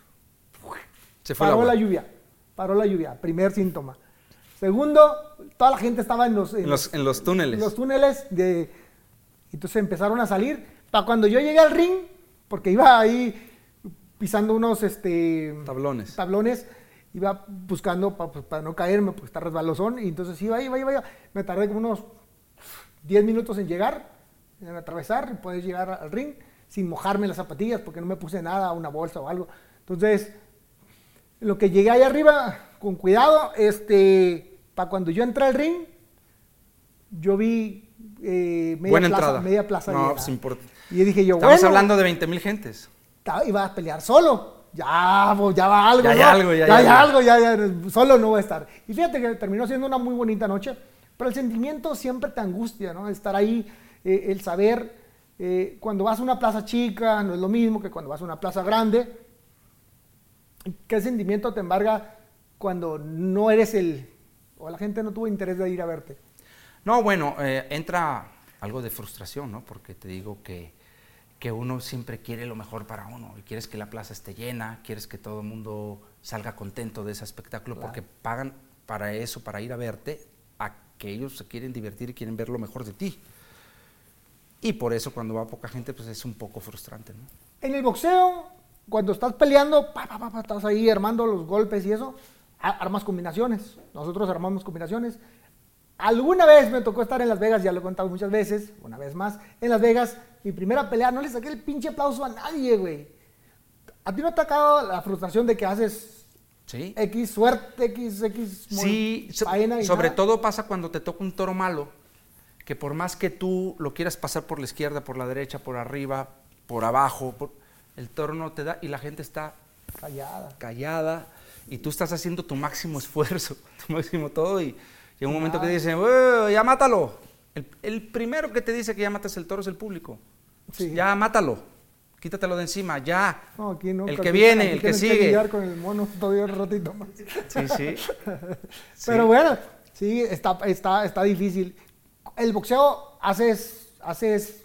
Se fue el paró agua. la lluvia, paró la lluvia, primer síntoma. Segundo, toda la gente estaba en los, en En los, en los túneles. los túneles de, entonces empezaron a salir. Para cuando yo llegué al ring, porque iba ahí pisando unos este, Tablones. tablones, iba buscando pa- pues, para no caerme, porque está resbalosón, y entonces iba, iba, iba, iba. Me tardé como unos diez minutos en llegar, en atravesar, y poder llegar al ring sin mojarme las zapatillas, porque no me puse nada, una bolsa o algo. Entonces, en lo que llegué ahí arriba, con cuidado, este, para cuando yo entré al ring, yo vi eh, media, Buena plaza, entrada. media plaza No, llena. pues importa. Y dije yo, Estamos bueno, hablando de veinte mil gentes. ta- iba a pelear solo. Ya, pues, ya va algo, Ya hay ¿no? algo, ya ya hay hay algo. algo, ya, ya, solo no voy a estar. Y fíjate que terminó siendo una muy bonita noche, pero el sentimiento siempre te angustia, ¿no? Estar ahí, eh, el saber, eh, cuando vas a una plaza chica, no es lo mismo que cuando vas a una plaza grande. ¿Qué sentimiento te embarga cuando no eres el, o la gente no tuvo interés de ir a verte? No, bueno, eh, entra algo de frustración, ¿no? Porque te digo que, que uno siempre quiere lo mejor para uno. Y quieres que la plaza esté llena, quieres que todo el mundo salga contento de ese espectáculo, Claro. porque pagan para eso, para ir a verte, a que ellos se quieren divertir y quieren ver lo mejor de ti. Y por eso cuando va poca gente, pues es un poco frustrante, ¿no? En el boxeo, cuando estás peleando, pa, pa, pa, pa, estás ahí armando los golpes y eso, a- armas combinaciones. Nosotros armamos combinaciones. Alguna vez me tocó estar en Las Vegas, ya lo he contado muchas veces, una vez más, en Las Vegas, mi primera pelea, no le saqué el pinche aplauso a nadie, güey. ¿A ti no te ha tocado la frustración de que haces Sí. X suerte, X, X Sí, so- faena y sobre nada? todo pasa cuando te toca un toro malo, que por más que tú lo quieras pasar por la izquierda, por la derecha, por arriba, por abajo, por- el toro no te da y la gente está Callada. callada y tú estás haciendo tu máximo esfuerzo, tu máximo todo y llega un momento que Nada. dicen, "Ué, ya mátalo". El, el primero que te dice que ya matas el toro es el público. Sí. Ya mátalo, quítatelo de encima, ya. No, aquí no. El aquí- que viene, aquí el que tienes sigue. lidiar con el mono todavía un ratito más. Sí, sí. Pero bueno, sí, está, está, está difícil. El boxeo haces, haces,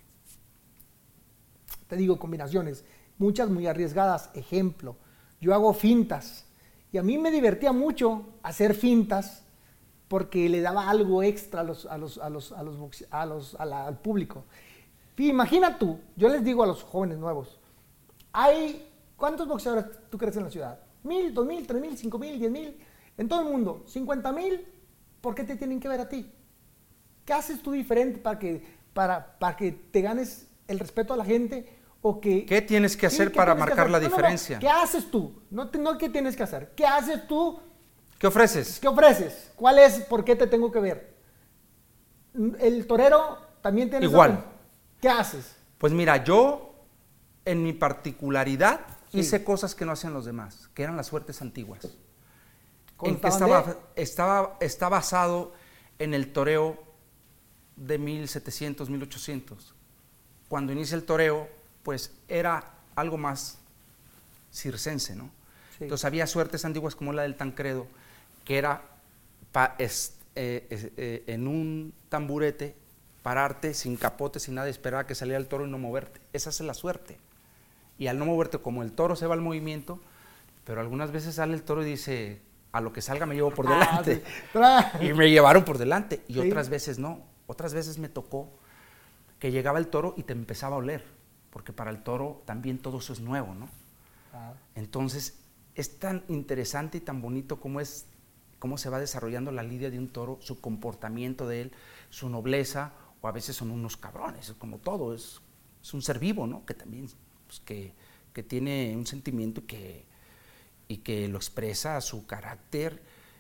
te digo, combinaciones, muchas muy arriesgadas. Ejemplo, yo hago fintas y a mí me divertía mucho hacer fintas porque le daba algo extra a los, a los, a los, a los, boxe- a los- a la- al público. Y imagina tú, yo les digo a los jóvenes nuevos, hay, ¿cuántos boxeadores tú crees en la ciudad? ¿Mil, dos mil, tres mil, cinco mil, diez mil? En todo el mundo, cincuenta mil, ¿por qué te tienen que ver a ti? ¿Qué haces tú diferente para que, para, para que te ganes el respeto a la gente? O que, ¿Qué tienes que Sí, hacer ¿qué para tienes que marcar hacer? la No, no, no, diferencia? ¿qué haces tú? No, te- no qué tienes que hacer. ¿Qué haces tú? ¿Qué ofreces? ¿Qué ofreces? ¿Cuál es? ¿Por qué te tengo que ver? El torero también tiene... esa- Igual. ¿Qué haces? Pues mira, yo en mi particularidad Sí. hice cosas que no hacían los demás, que eran las suertes antiguas. En que Constaban estaba, estaba, está basado en el toreo de mil setecientos, mil ochocientos. Cuando inicia el toreo, pues era algo más circense, ¿no? Sí. Entonces había suertes antiguas como la del Tancredo, que era pa- es- eh, es- eh, en un tamburete, pararte sin capote, sin nada, y esperar a que saliera el toro y no moverte. Esa es la suerte. Y al no moverte, como el toro se va al movimiento, pero algunas veces sale el toro y dice, a lo que salga me llevo por Ah, delante. sí. Tra- Y me llevaron por delante. Y Sí. otras veces no. Otras veces me tocó que llegaba el toro y te empezaba a oler. Porque para el toro también todo eso es nuevo, ¿no? Ah, Entonces, es tan interesante y tan bonito como es, cómo se va desarrollando la lidia de un toro, su comportamiento de él, su nobleza, o a veces son unos cabrones, es como todo, es, es un ser vivo, ¿no? Que también, pues, que, que tiene un sentimiento y que, y que lo expresa a su carácter,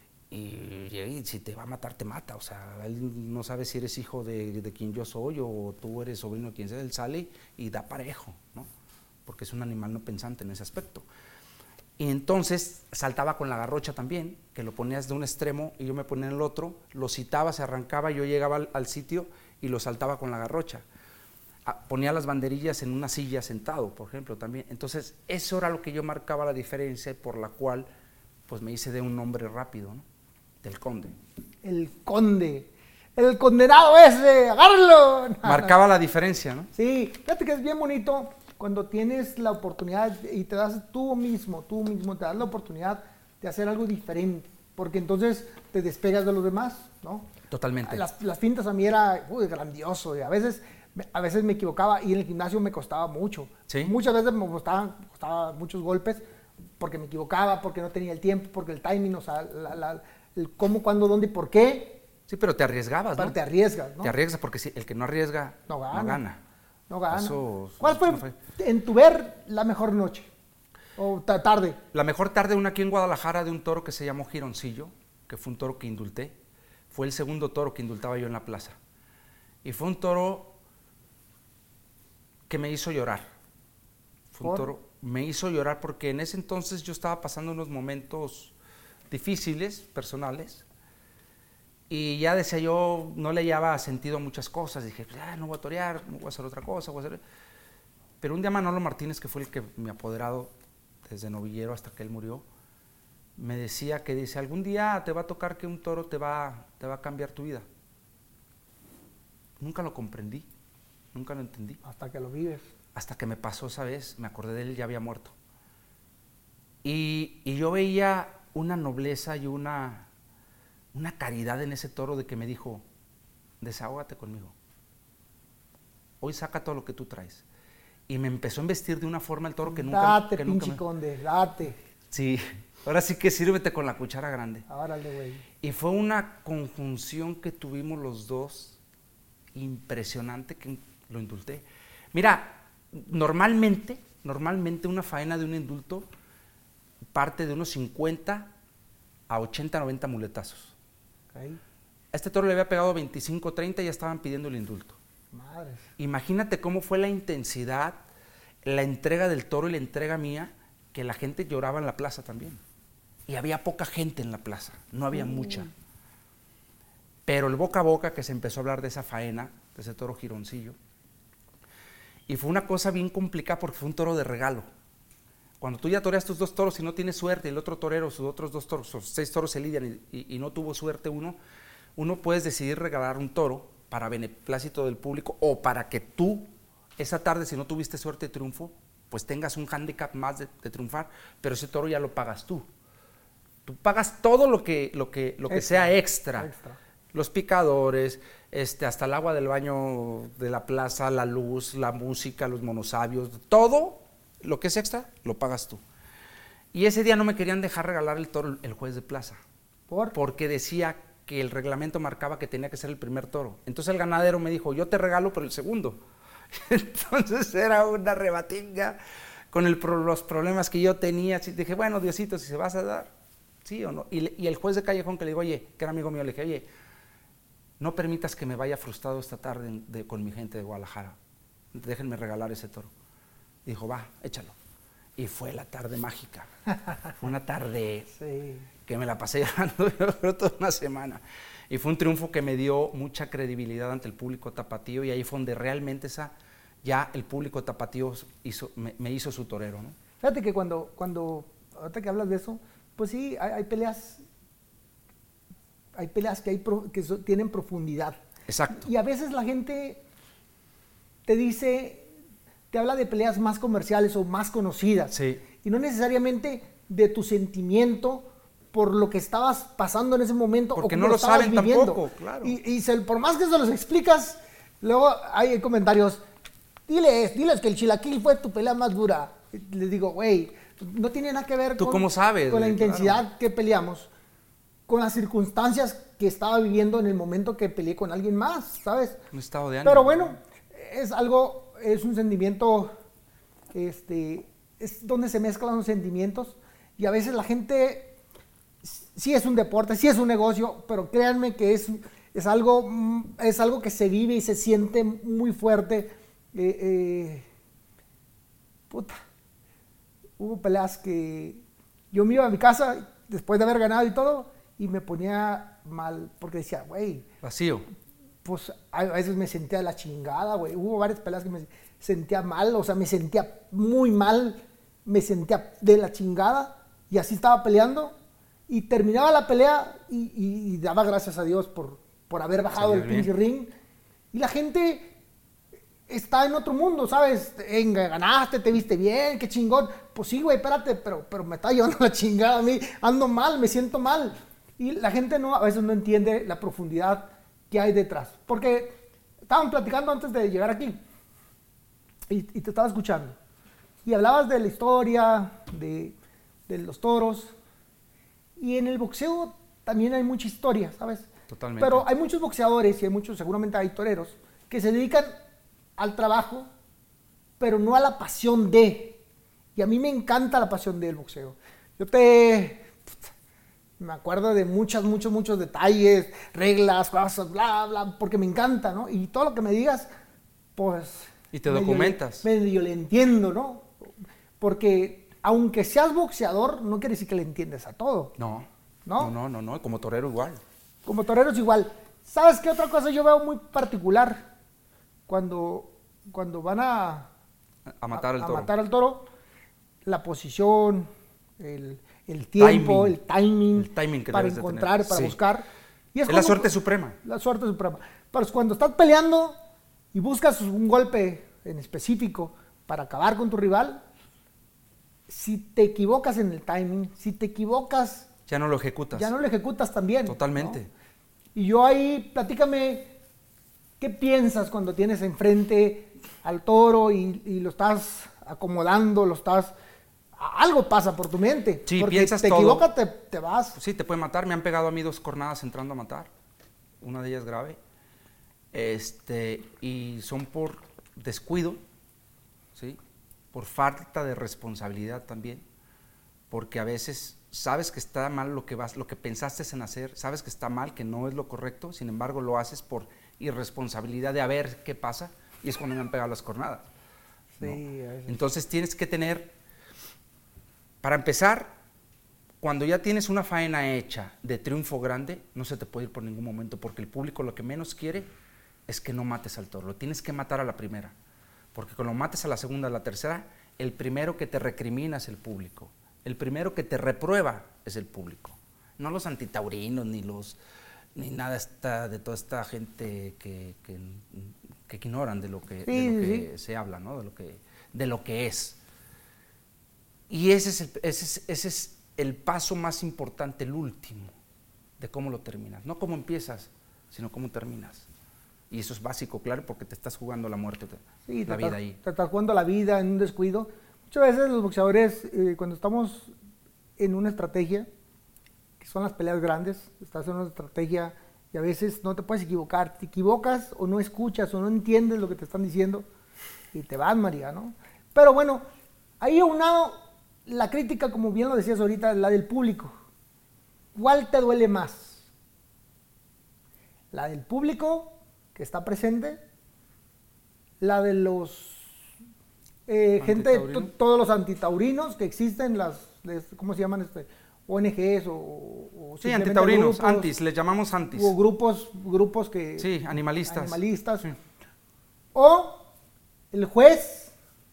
y, y si te va a matar, te mata, o sea, él no sabe si eres hijo de, de quien yo soy, o tú eres sobrino de quien sea, él sale y da parejo, ¿no? Porque es un animal no pensante en ese aspecto. Y entonces saltaba con la garrocha también, que lo ponías de un extremo y yo me ponía en el otro, lo citaba, se arrancaba, yo llegaba al, al sitio y lo saltaba con la garrocha. Ah, ponía las banderillas en una silla sentado, por ejemplo, también. Entonces, eso era lo que yo marcaba la diferencia y por la cual pues me hice de un nombre rápido, ¿no? Del conde. el conde. El condenado ese, agárralo. Marcaba la diferencia, ¿no? Sí, fíjate que es bien bonito cuando tienes la oportunidad y te das tú mismo, tú mismo te das la oportunidad de hacer algo diferente, porque entonces te despegas de los demás, ¿no? Totalmente. Las, las fintas a mí era uy, grandioso, y a veces, me- a veces me equivocaba y en el gimnasio me costaba mucho. Sí. Muchas veces me costaban, costaba muchos golpes porque me equivocaba, porque no tenía el tiempo, porque el timing, o sea, la- la- el cómo, cuándo, dónde y por qué, Sí, pero te arriesgabas, pero ¿no? te arriesgas, ¿no? Te arriesgas porque si el que no arriesga No gana. No gana. No gana. Eso- ¿Cuál fue, no fue- en tu ver, la mejor noche? O ta- tarde. La mejor tarde, una aquí en Guadalajara, de un toro que se llamó Gironcillo, que fue un toro que indulté. Fue el segundo toro que indultaba yo en la plaza. Y fue un toro que me hizo llorar. Fue un ¿Por? toro, me hizo llorar porque en ese entonces yo estaba pasando unos momentos difíciles, personales, y ya decía yo, no le hallaba sentido a muchas cosas. Dije, ah, no voy a torear, no voy a hacer otra cosa, voy a hacer... Pero un día Manolo Martínez, que fue el que me ha apoderado desde novillero hasta que él murió, me decía que dice, algún día te va a tocar que un toro te va, te va a cambiar tu vida. Nunca lo comprendí, nunca lo entendí. Hasta que lo vives. Hasta que me pasó esa vez, me acordé de él, ya había muerto. Y, y yo veía una nobleza y una, una caridad en ese toro de que me dijo, desahógate conmigo. hoy saca todo lo que tú traes. Y me empezó a investir de una forma el toro que nunca... Date, que pinche nunca me... conde, date. Sí, ahora sí que sírvete con la cuchara grande. Árale, güey. Y fue una conjunción que tuvimos los dos impresionante que lo indulté. Mira, normalmente, normalmente una faena de un indulto parte de unos cincuenta a ochenta, noventa muletazos. Okay. A este toro le había pegado veinticinco, treinta y ya estaban pidiendo el indulto. Madres. Imagínate cómo fue la intensidad, la entrega del toro y la entrega mía, que la gente lloraba en la plaza también. Y había poca gente en la plaza, no había uh. mucha. Pero el boca a boca que se empezó a hablar de esa faena, de ese toro gironcillo, y fue una cosa bien complicada porque fue un toro de regalo. Cuando tú ya toreas tus dos toros y no tienes suerte, el otro torero, sus otros dos toros, sus seis toros se lidian y, y, y no tuvo suerte uno, uno puedes decidir regalar un toro para beneplácito del público o para que tú, esa tarde, si no tuviste suerte de triunfo, pues tengas un hándicap más de, de triunfar, pero ese toro ya lo pagas tú. Tú pagas todo lo que, lo que, lo que extra, sea extra. extra. Los picadores, este, hasta el agua del baño de la plaza, la luz, la música, los monosabios, todo lo que es extra, lo pagas tú. Y ese día no me querían dejar regalar el toro el juez de plaza. ¿Por? Porque decía que el reglamento marcaba que tenía que ser el primer toro. Entonces el ganadero me dijo, yo te regalo por el segundo. Entonces era una rebatinga con el, los problemas que yo tenía. Dije, bueno, Diosito, si se vas a dar, sí o no. Y, y el juez de Callejón que le digo, oye, que era amigo mío, le dije, oye, no permitas que me vaya frustrado esta tarde de, con mi gente de Guadalajara. Déjenme regalar ese toro. Y dijo, va, échalo. Y fue la tarde mágica. Fue una tarde sí. que me la pasé llorando yo creo toda una semana. Y fue un triunfo que me dio mucha credibilidad ante el público tapatío y ahí fue donde realmente esa, ya el público tapatío hizo, me, me hizo su torero, ¿no? Fíjate que cuando, cuando, ahorita que hablas de eso, pues sí, hay, hay peleas, hay peleas que, hay pro, que so, tienen profundidad. Exacto. Y a veces la gente te dice... te habla de peleas más comerciales o más conocidas. Sí. Y no necesariamente de tu sentimiento por lo que estabas pasando en ese momento. Porque o no lo saben viviendo. Tampoco, claro. Y, y se, por más que se los explicas, luego hay comentarios, diles, diles que el chilaquil fue tu pelea más dura. Les digo, güey, no tiene nada que ver ¿Tú con, cómo sabes, con la güey? intensidad Claro. que peleamos, con las circunstancias que estaba viviendo en el momento que peleé con alguien más, ¿sabes? Un estado de ánimo. Pero bueno, es algo... es un sentimiento, este, es donde se mezclan los sentimientos y a veces la gente, sí es un deporte, sí es un negocio, pero créanme que es, es, algo, es algo que se vive y se siente muy fuerte. Eh, eh, puta, hubo peleas que yo me iba a mi casa después de haber ganado y todo y me ponía mal porque decía, güey. Vacío. Pues a veces me sentía de la chingada, güey. Hubo varias peleas que me sentía mal, o sea, me sentía muy mal, me sentía de la chingada y así estaba peleando y terminaba la pelea y, y, y daba gracias a Dios por, por haber bajado del pinche ring y la gente está en otro mundo, ¿sabes? Venga, ganaste, te viste bien, qué chingón. Pues sí, güey, espérate, pero, pero me está llevando la chingada a mí, ando mal, me siento mal. Y la gente no, a veces no entiende la profundidad que hay detrás. Porque estaban platicando antes de llegar aquí y, y te estaba escuchando. Y hablabas de la historia, de, de los toros. Y en el boxeo también hay mucha historia, ¿sabes? Totalmente. Pero hay muchos boxeadores y hay muchos, seguramente hay toreros, que se dedican al trabajo, pero no a la pasión de. Y a mí me encanta la pasión del boxeo. Yo te... me acuerdo de muchos, muchos, muchos detalles, reglas, cosas, bla, bla, porque me encanta, ¿no? Y todo lo que me digas, pues... Y te documentas. Le, medio le entiendo, ¿no? Porque aunque seas boxeador, no quiere decir que le entiendes a todo. No. ¿No? No, no, no, no. Como torero igual. Como torero es igual. ¿Sabes qué otra cosa yo veo muy particular? Cuando, cuando van a... A matar al a, toro. A matar al toro, la posición, el... el tiempo, timing. el timing, el timing que para debes encontrar, de tener. para sí. buscar. Y es, es como, la suerte suprema. La suerte suprema. Pero cuando estás peleando y buscas un golpe en específico para acabar con tu rival, si te equivocas en el timing, si te equivocas... Ya no lo ejecutas. Ya no lo ejecutas también. Totalmente. ¿No? Y yo ahí, platícame, ¿qué piensas cuando tienes enfrente al toro y, y lo estás acomodando, lo estás... Algo pasa por tu mente. Sí, porque piensas te todo. equivocas, te, te vas. Sí, te puede matar. Me han pegado a mí dos cornadas entrando a matar. Una de ellas grave. Este, y son por descuido, ¿sí? Por falta de responsabilidad también. Porque a veces sabes que está mal lo que vas, lo que pensaste en hacer, sabes que está mal, que no es lo correcto, sin embargo lo haces por irresponsabilidad de a ver qué pasa, y es cuando me han pegado las cornadas. ¿No? Sí, a veces. Entonces tienes que tener, para empezar, cuando ya tienes una faena hecha de triunfo grande, no se te puede ir por ningún momento, porque el público lo que menos quiere es que no mates al toro, lo tienes que matar a la primera, porque cuando lo mates a la segunda, a la tercera, el primero que te recrimina es el público, el primero que te reprueba es el público, no los antitaurinos, ni los, ni nada esta, de toda esta gente que, que, que ignoran de lo que, Sí, de lo que sí. se habla, ¿no? de, lo que, de lo que es. Y ese es, el, ese, es, ese es el paso más importante, el último, de cómo lo terminas. No cómo empiezas, sino cómo terminas. Y eso es básico, claro, porque te estás jugando la muerte, Sí, la te vida estás, ahí. te estás jugando la vida en un descuido. Muchas veces los boxeadores, eh, cuando estamos en una estrategia, que son las peleas grandes, estás en una estrategia y a veces no te puedes equivocar. Te equivocas o no escuchas o no entiendes lo que te están diciendo y te vas, María, ¿no? Pero bueno, ahí aunado la crítica, como bien lo decías ahorita, la del público. ¿Cuál te duele más? ¿La del público que está presente? ¿La de los eh, gente, to- todos los antitaurinos que existen, las, les- ¿cómo se llaman? Este, O N Gs o, o Sí, simplemente antitaurinos, grupos, antis, les llamamos antis. o grupos, grupos que... Sí, animalistas. Animalistas. Sí. O el juez,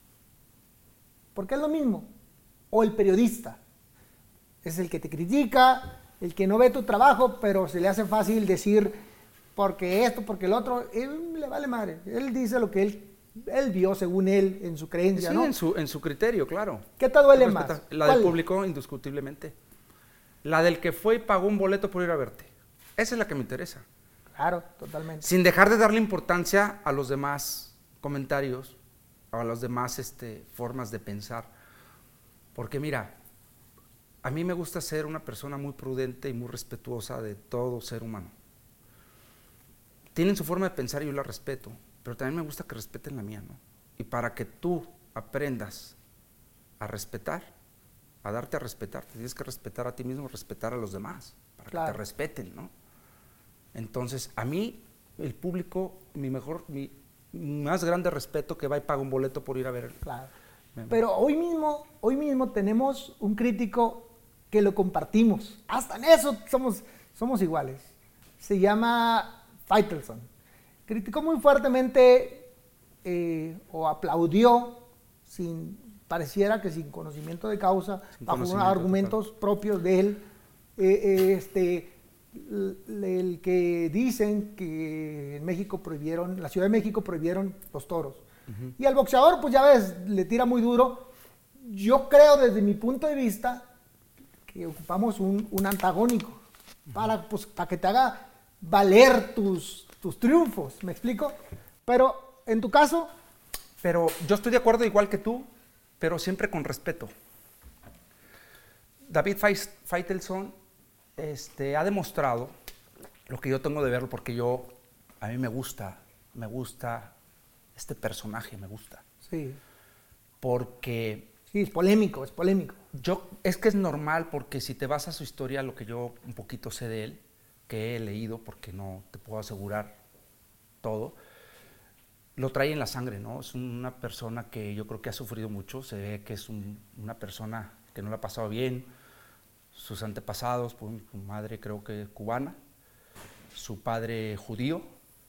porque es lo mismo. O el periodista. Es el que te critica, el que no ve tu trabajo, pero se le hace fácil decir porque esto, porque el otro. Él le vale madre. Él dice lo que él, él vio según él, en su creencia, Sí, ¿no? en, su, en su criterio, claro. ¿Qué te duele Respeta- más? La ¿Cuál? del público, indiscutiblemente. La del que fue y pagó un boleto por ir a verte. Esa es la que me interesa. Claro, totalmente. Sin dejar de darle importancia a los demás comentarios, a las demás este, formas de pensar. Porque mira, a mí me gusta ser una persona muy prudente y muy respetuosa de todo ser humano. Tienen su forma de pensar y yo la respeto, pero también me gusta que respeten la mía, ¿no? Y para que tú aprendas a respetar, a darte a respetar, te tienes que respetar a ti mismo, respetar a los demás, para Claro. que te respeten, ¿no? Entonces, a mí, el público, mi mejor, mi más grande respeto, que va y paga un boleto por ir a ver. Claro. Me- Pero hoy mismo, hoy mismo tenemos un crítico que lo compartimos. Hasta en eso somos, somos iguales. Se llama Faitelson. Criticó muy fuertemente eh, o aplaudió, sin, pareciera que sin conocimiento de causa, Sin bajo unos conocimiento argumentos propios de él, eh, eh, este, l- el que dicen que en México prohibieron, en la Ciudad de México prohibieron los toros. Ujú. Y al boxeador, pues ya ves, le tira muy duro. Yo creo desde mi punto de vista que ocupamos un, un antagónico para, pues, para que te haga valer tus, tus triunfos, ¿me explico? Pero en tu caso, Pero yo estoy de acuerdo igual que tú, pero siempre con respeto. David Feis- Faitelson este, ha demostrado lo que yo tengo de verlo, porque yo, a mí me gusta, me gusta este personaje, me gusta. sí, Porque sí, es polémico, es polémico. yo, es que es normal, porque si te vas a su historia, lo que yo un poquito sé de él, que he leído, porque no te puedo asegurar todo, lo trae en la sangre, ¿no? Es una persona que yo creo que ha sufrido mucho, se ve que es un- una persona que no la ha pasado bien, sus antepasados, pues, su madre creo que cubana, su padre judío,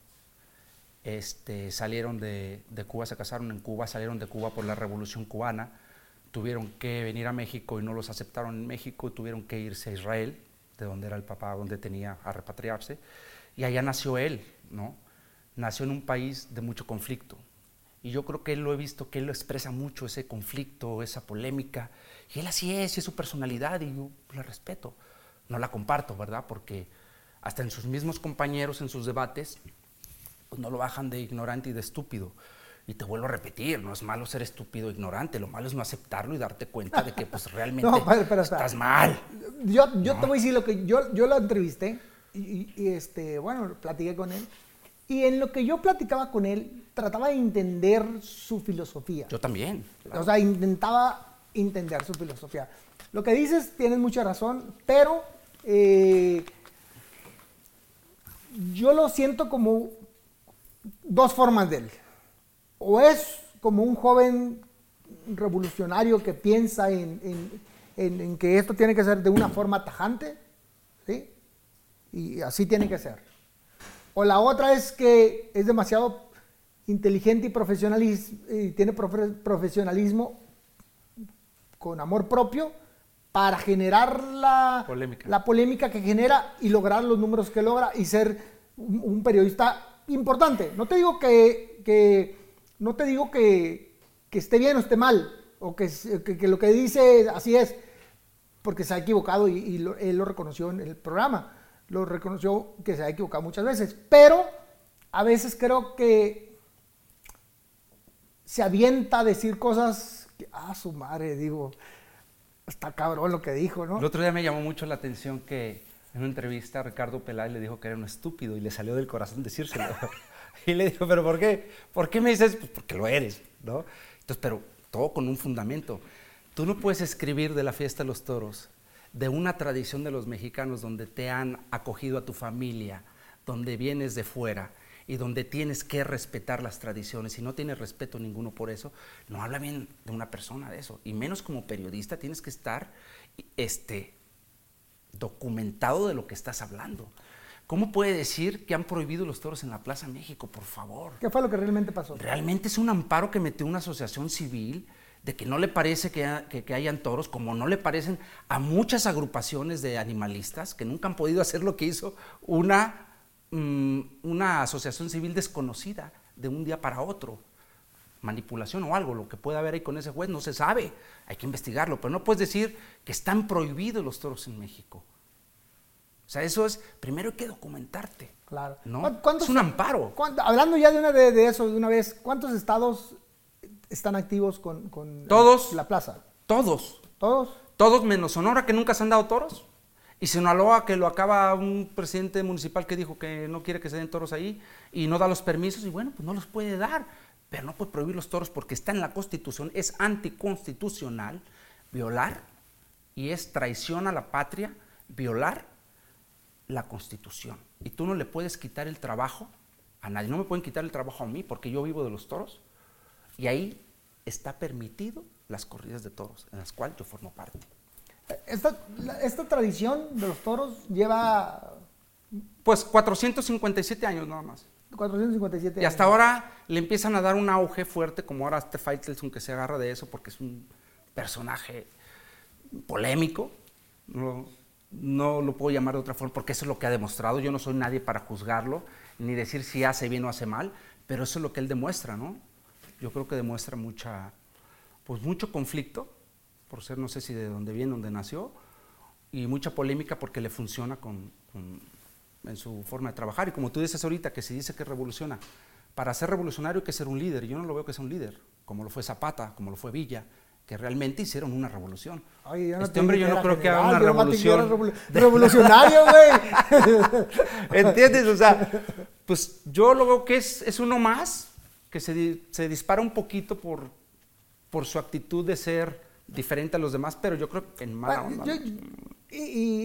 este, salieron de, de Cuba, se casaron en Cuba, salieron de Cuba por la Revolución Cubana, tuvieron que venir a México y no los aceptaron en México y tuvieron que irse a Israel, de donde era el papá, donde tenía a repatriarse, y allá nació él, ¿no? Nació en un país de mucho conflicto. Y yo creo que él lo he visto, que él lo expresa mucho, ese conflicto, esa polémica. Y él así es, y es su personalidad, y yo la respeto. No la comparto, ¿verdad? Porque hasta en sus mismos compañeros, en sus debates, pues no lo bajan de ignorante y de estúpido. Y te vuelvo a repetir, no es malo ser estúpido e ignorante, lo malo es no aceptarlo y darte cuenta de que pues realmente No, pero- pero está- estás mal. Yo, yo te voy a decir lo que yo, yo lo entrevisté y, y, este, bueno, platiqué con él. Y en lo que yo platicaba con él, trataba de entender su filosofía. Yo también. O sea, intentaba entender su filosofía. Lo que dices, tienes mucha razón, pero eh, yo lo siento como dos formas de él. O es como un joven revolucionario que piensa en, en- en- en que esto tiene que ser de una forma tajante, ¿sí? Y así tiene que ser. O la otra es que es demasiado inteligente y, profesionalis- y tiene profe- profesionalismo con amor propio para generar la Polémica. la polémica que genera y lograr los números que logra y ser un, un periodista importante. No te digo que, que no te digo que, que esté bien o esté mal, o que, que- que lo que dice así es, porque se ha equivocado y, y lo- él lo reconoció en el programa, lo reconoció que se ha equivocado muchas veces, pero a veces creo que se avienta a decir cosas que, ah, su madre, digo, está cabrón lo que dijo, ¿no? El otro día me llamó mucho la atención que en una entrevista Ricardo Peláez le dijo que era un estúpido y le salió del corazón decírselo. Y le dijo, ¿pero por qué? ¿Por qué me dices? Pues porque lo eres, ¿no? Entonces, pero todo con un fundamento. Tú no puedes escribir de la fiesta de los toros, de una tradición de los mexicanos donde te han acogido a tu familia, donde vienes de fuera y donde tienes que respetar las tradiciones y no tienes respeto ninguno por eso, no habla bien de una persona de eso. Y menos como periodista tienes que estar este, documentado de lo que estás hablando. ¿Cómo puede decir que han prohibido los toros en la Plaza México, por favor? ¿Qué fue lo que realmente pasó? Realmente es un amparo que metió una asociación civil de que no le parece que, ha- que- que hayan toros, como no le parecen a muchas agrupaciones de animalistas que nunca han podido hacer lo que hizo una, mm, una asociación civil desconocida de un día para otro. Manipulación o algo, lo que pueda haber ahí con ese juez no se sabe, hay que investigarlo, pero no puedes decir que están prohibidos los toros en México. O sea, eso es, primero hay que documentarte. Claro. ¿No? ¿Cuán- cuántos- Es un amparo. cuán- Hablando ya de, una de, de eso de una vez, ¿cuántos estados están activos con, con Todos. la plaza? Todos, ¿Todos? todos menos Sonora, que nunca se han dado toros, y Sinaloa, que lo acaba un presidente municipal que dijo que no quiere que se den toros ahí, y no da los permisos, y bueno, pues no los puede dar, pero no puede prohibir los toros porque está en la Constitución, es anticonstitucional violar, y es traición a la patria, violar la Constitución. Y tú no le puedes quitar el trabajo a nadie, no me pueden quitar el trabajo a mí, porque yo vivo de los toros, y ahí está permitido las corridas de toros, en las cuales yo formo parte. Esta, la- esta tradición de los toros lleva Pues cuatrocientos cincuenta y siete años nada más. cuatrocientos cincuenta y siete Y hasta años. ahora le empiezan a dar un auge fuerte, como ahora este Faitelson que se agarra de eso porque es un personaje polémico. No, no lo puedo llamar de otra forma porque eso es lo que ha demostrado. Yo no soy nadie para juzgarlo, ni decir si hace bien o hace mal, pero eso es lo que él demuestra, ¿no? Yo creo que demuestra mucha, pues mucho conflicto, por ser no sé si de dónde viene, dónde nació, y mucha polémica porque le funciona con, con- en su forma de trabajar. Y como tú dices ahorita, que se dice que revoluciona, para ser revolucionario hay que ser un líder. Yo no lo veo que sea un líder, como lo fue Zapata, como lo fue Villa, que realmente hicieron una revolución. Oye, yo no este te hombre dije yo que no era creo que haga general, una yo nomás te dije que era revolución. revolu- revolucionario, güey. ¿Entiendes? O sea, pues yo lo veo que es, es uno más, que se, di- se dispara un poquito por, por su actitud de ser diferente a los demás, pero yo creo que en mala Bueno, onda. yo- ¿no? y,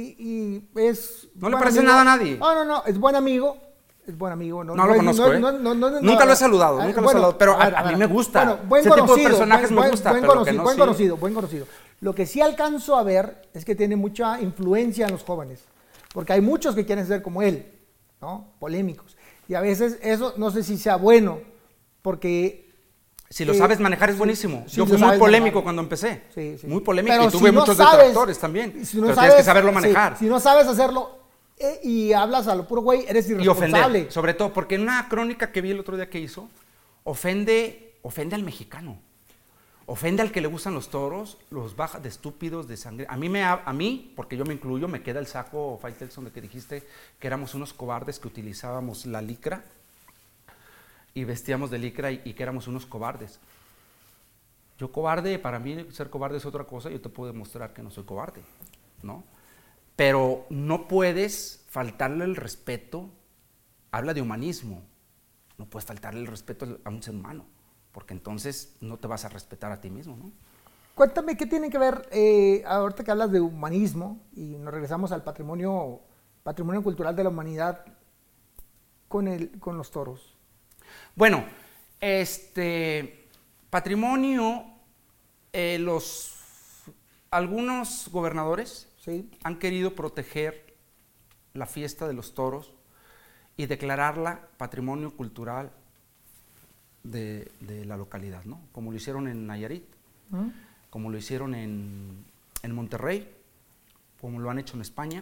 y- y es No le buen parece amigo. nada a nadie. No, no, no, es buen amigo. Es buen amigo. No, No lo es- conozco, ¿eh? no, no, no, no, Nunca no. lo he saludado, Ah, nunca lo he bueno, saludado, pero a- ver, a mí ver. me gusta. Bueno, buen Ese tipo de conocido, personajes buen- me buen- gusta, buen pero que conocido, no buen sí- conocido, buen conocido. Lo que sí alcanzo a ver es que tiene mucha influencia en los jóvenes, porque hay muchos que quieren ser como él, ¿no? Polémicos. Y a veces eso no sé si sea bueno, porque Si lo Eh, sabes manejar es sí, buenísimo. sí Yo lo fui muy sabes polémico manejar. cuando empecé. Sí, sí. Muy polémico Pero y tuve si no muchos sabes- detractores también. si no pero sabes- tienes que saberlo sí, manejar. si no sabes hacerlo eh, y hablas a lo puro güey, eres Y irresponsable. ofender, sobre todo, porque en una crónica que vi el otro día que hizo, ofende, ofende al mexicano. Ofende al que le gustan los toros, los baja de estúpidos, de sangre. A mí, me, ha- a mí, porque yo me incluyo, me queda el saco, Faitelson, de que dijiste que éramos unos cobardes que utilizábamos la licra. y vestíamos de licra y, y que éramos unos cobardes. Yo cobarde, para mí ser cobarde es otra cosa, yo te puedo demostrar que no soy cobarde, ¿no? Pero no puedes faltarle el respeto, habla de humanismo, no puedes faltarle el respeto a un ser humano, porque entonces no te vas a respetar a ti mismo, ¿no? Cuéntame, ¿qué tiene que ver, eh, ahorita que hablas de humanismo, y nos regresamos al patrimonio, patrimonio cultural de la humanidad, con, el, con los toros? Bueno, este patrimonio, eh, los, algunos gobernadores Sí. han querido proteger la fiesta de los toros y declararla patrimonio cultural de, de la localidad, ¿no? Como lo hicieron en Nayarit, ¿Mm? como lo hicieron en, en Monterrey, como lo han hecho en España.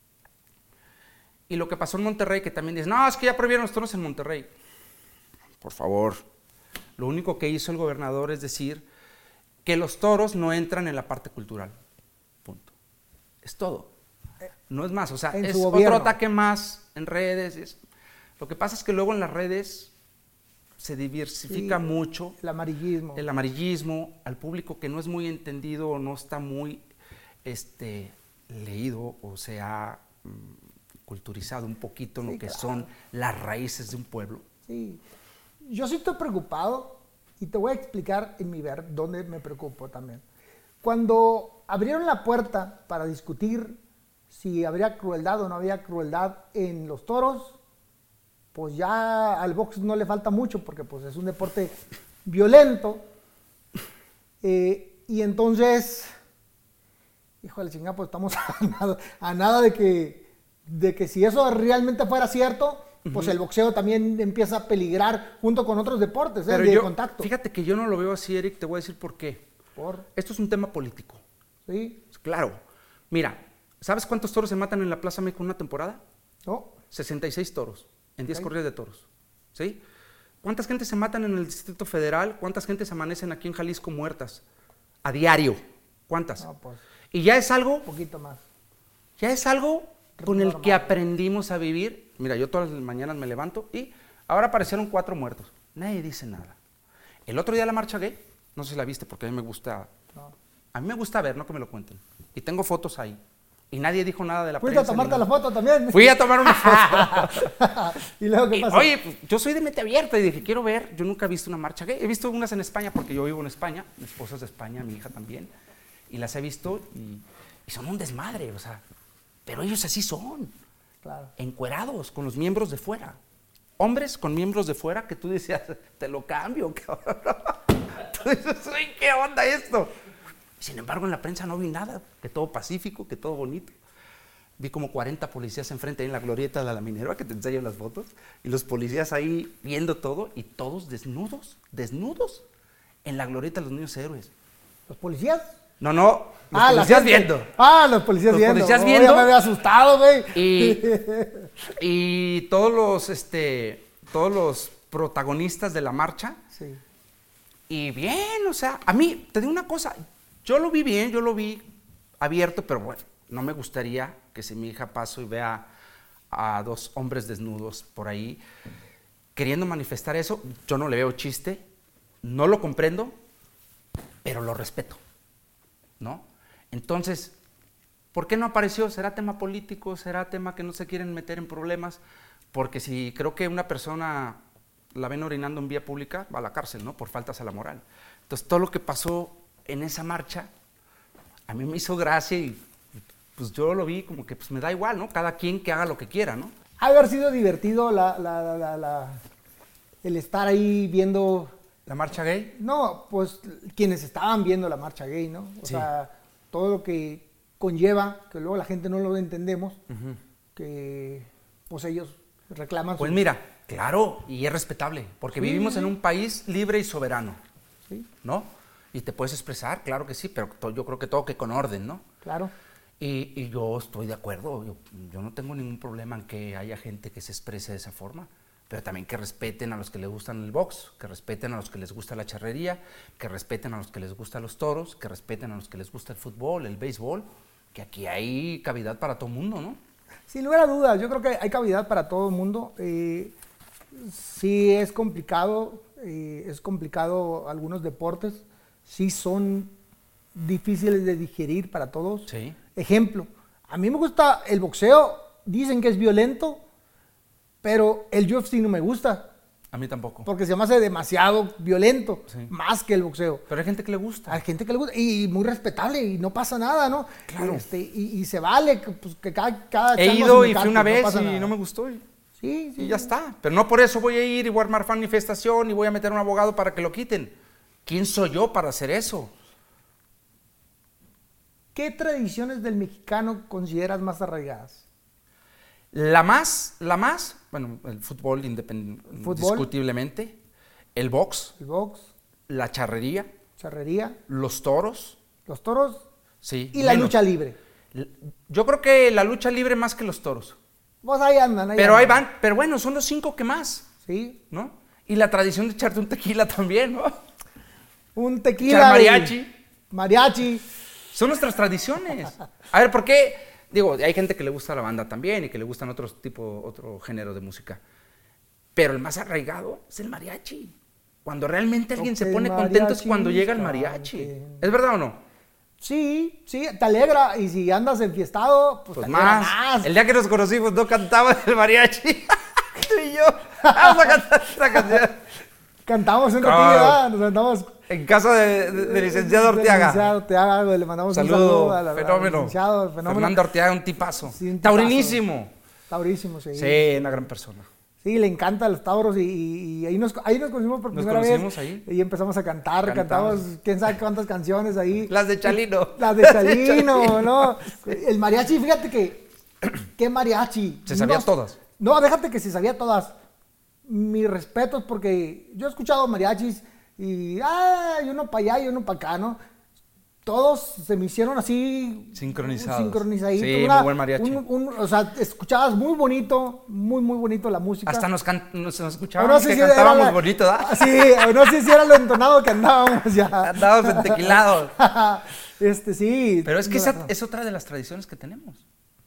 Y lo que pasó en Monterrey, que también dicen, no, es que ya prohibieron los toros en Monterrey. Por favor, lo único que hizo el gobernador es decir que los toros no entran en la parte cultural. Punto. Es todo. No es más, o sea, En es su otro gobierno. ataque más en redes. es- Lo que pasa es que luego en las redes se diversifica Sí, mucho El amarillismo. el amarillismo al público que no es muy entendido o no está muy este, leído o se ha mm, culturizado un poquito en Sí, lo que claro. son las raíces de un pueblo. Sí. Yo sí estoy preocupado y te voy a explicar en mi ver dónde me preocupo también. Cuando abrieron la puerta para discutir si habría crueldad o no había crueldad en los toros, pues ya al box no le falta mucho porque pues es un deporte violento. Eh, y entonces, híjole, chingada, pues estamos a nada, a nada de, que, de que si eso realmente fuera cierto, pues el boxeo también empieza a peligrar junto con otros deportes, ¿eh? de yo, contacto. fíjate que yo no lo veo así, Eric, te voy a decir por qué. Por, Esto es un tema político. ¿sí? Claro. Mira, ¿sabes cuántos toros se matan en la Plaza México en una temporada? ¿No? sesenta y seis toros, en diez Ok. corridas de toros. ¿Sí? ¿Cuántas gentes se matan en el Distrito Federal? ¿Cuántas gentes amanecen aquí en Jalisco muertas? A diario. ¿Cuántas? No, pues Y ya es algo, un poquito más. ya es algo con el Normal. que aprendimos a vivir. Mira, yo todas las mañanas me levanto y ahora aparecieron cuatro muertos. Nadie dice nada. El otro día de la marcha gay, no sé si la viste porque a mí me gusta, No. a mí me gusta ver, no que me lo cuenten. Y tengo fotos ahí. Y nadie dijo nada de la ¿Fuiste a prensa. ni tomarte nada. la foto también? Fui a tomar una foto. ¿Y luego qué Y, pasó? oye, pues, yo soy de mente abierta y dije, quiero ver, yo nunca he visto una marcha gay. He visto unas en España porque yo vivo en España, mi esposa es de España, mi hija también, y las he visto y, y son un desmadre, o sea, pero ellos así son, Claro. encuerados, con los miembros de fuera. Hombres con miembros de fuera que tú decías, te lo cambio, cabrón. Tú dices, uy, ¿qué onda esto? Sin embargo, en la prensa no vi nada, que todo pacífico, que todo bonito. Vi como cuarenta policías enfrente ahí en la glorieta de la Minerva, que te enseño las fotos, y los policías ahí viendo todo, y todos desnudos, desnudos, en la glorieta de los niños héroes. ¿Los policías? No, no, los ah, la policías gente. viendo. Ah, los policías Los viendo. policías Oh, viendo. Ya me había asustado, güey. Y, y todos los, este, todos los protagonistas de la marcha, Sí. y bien, o sea, a mí, te digo una cosa, yo lo vi bien, yo lo vi abierto, pero bueno, no me gustaría que si mi hija paso y vea a dos hombres desnudos por ahí queriendo manifestar eso, yo no le veo chiste, no lo comprendo, pero lo respeto, ¿no? Entonces, ¿por qué no apareció? ¿Será tema político? ¿Será tema que no se quieren meter en problemas? Porque si creo que una persona la ven orinando en vía pública, va a la cárcel, ¿no? Por faltas a la moral. Entonces, todo lo que pasó en esa marcha, a mí me hizo gracia y pues yo lo vi como que pues me da igual, ¿no? Cada quien que haga lo que quiera, ¿no? Ha de haber sido divertido la, la, la, la- la- el estar ahí viendo. ¿La marcha gay? No, pues quienes estaban viendo la marcha gay, ¿no? O Sí. sea, todo lo que conlleva, que luego la gente no lo entendemos, que pues ellos reclaman Pues su- mira, claro, y es respetable, porque Sí, vivimos sí. en un país libre y soberano, Sí, ¿no? Y te puedes expresar, claro que sí, pero to- yo creo que todo que con orden, ¿no? claro. Y, y yo estoy de acuerdo, yo, yo no tengo ningún problema en que haya gente que se exprese de esa forma, pero también que respeten a los que les gustan el box, que respeten a los que les gusta la charrería, que respeten a los que les gustan los toros, que respeten a los que les gusta el fútbol, el béisbol, que aquí hay cavidad para todo el mundo, ¿no? Sin lugar a dudas, yo creo que hay cavidad para todo el mundo. Eh, sí es complicado, eh, es complicado algunos deportes, sí son difíciles de digerir para todos. Sí. Ejemplo, a mí me gusta el boxeo, dicen que es violento, pero el U F C no me gusta, A mí tampoco. porque se me hace demasiado violento, Sí. más que el boxeo. Pero hay gente que le gusta. Hay gente que le gusta, y muy respetable, y no pasa nada, ¿no? Claro. Este, y, y se vale que, pues, que cada, cada He chango ido se y mecate, fui una no vez pasa y nada. no me gustó. Y, Sí, sí. y ya está. Pero no por eso voy a ir y voy a armar manifestación y voy a meter a un abogado para que lo quiten. ¿Quién soy yo para hacer eso? ¿Qué tradiciones del mexicano consideras más arraigadas? La más, la más, bueno, el fútbol independ- ¿Fútbol? indiscutiblemente, el box, El box, la charrería, charrería, los toros, los toros sí. y la menos. lucha libre. L- Yo creo que la lucha libre más que los toros. Pues ahí andan, ahí Pero ahí andan. van, pero bueno, son los cinco que más, Sí, ¿no? Y la tradición de echarte un tequila también, ¿no? un tequila. Echar y- mariachi. Mariachi. Son nuestras tradiciones. A ver, ¿por qué? Digo, hay gente que le gusta la banda también y que le gustan otros tipo, otro género de música. Pero el más arraigado es el mariachi. Cuando realmente alguien se Ok, pone contento es cuando mariachis llega el mariachi. canten. ¿Es verdad o no? Sí, sí, te alegra. Y si andas enfiestado, pues, Pues te alegra más. más. El día que nos conocimos no cantaba el mariachi. Tú y yo. Vamos a cantar esta canción. Cantamos un Ah. ratillo, ¿verdad? Nos sentamos. En casa de, de- del licenciado Del Orteaga. licenciado Orteaga, güey, le mandamos un Saludo, saludo al, al fenómeno. licenciado, al fenómeno. Fernando Orteaga, un tipazo. Sí, un tipazo. Taurinísimo. Taurísimo, sí. Sí, una gran persona. Sí, le encanta los tauros y, y- y ahí, nos, ahí nos conocimos por Nos primera conocimos vez. ahí. Y empezamos a cantar, Cantamos. cantamos quién sabe cuántas canciones ahí. Las de Chalino. Las de Chalino, ¿no? El mariachi, fíjate que, ¿qué mariachi? Se sabía No- todas. No, déjate que se sabía todas. Mis respetos, porque yo he escuchado mariachis y, ah, y uno para allá y uno para acá, ¿no? Todos se me hicieron así... Sincronizados. Sincronizaditos. Sí, Una- muy buen mariachi. un- un- o sea, escuchabas muy bonito, muy, muy bonito la música. Hasta nos, can- nos, nos O escuchábamos no sé que si era cantábamos la- bonito, ¿verdad? Sí, o no sé si era lo entonado que andábamos ya. Andábamos entequilados. Este, sí. Pero es que No, esa no. es otra de las tradiciones que tenemos.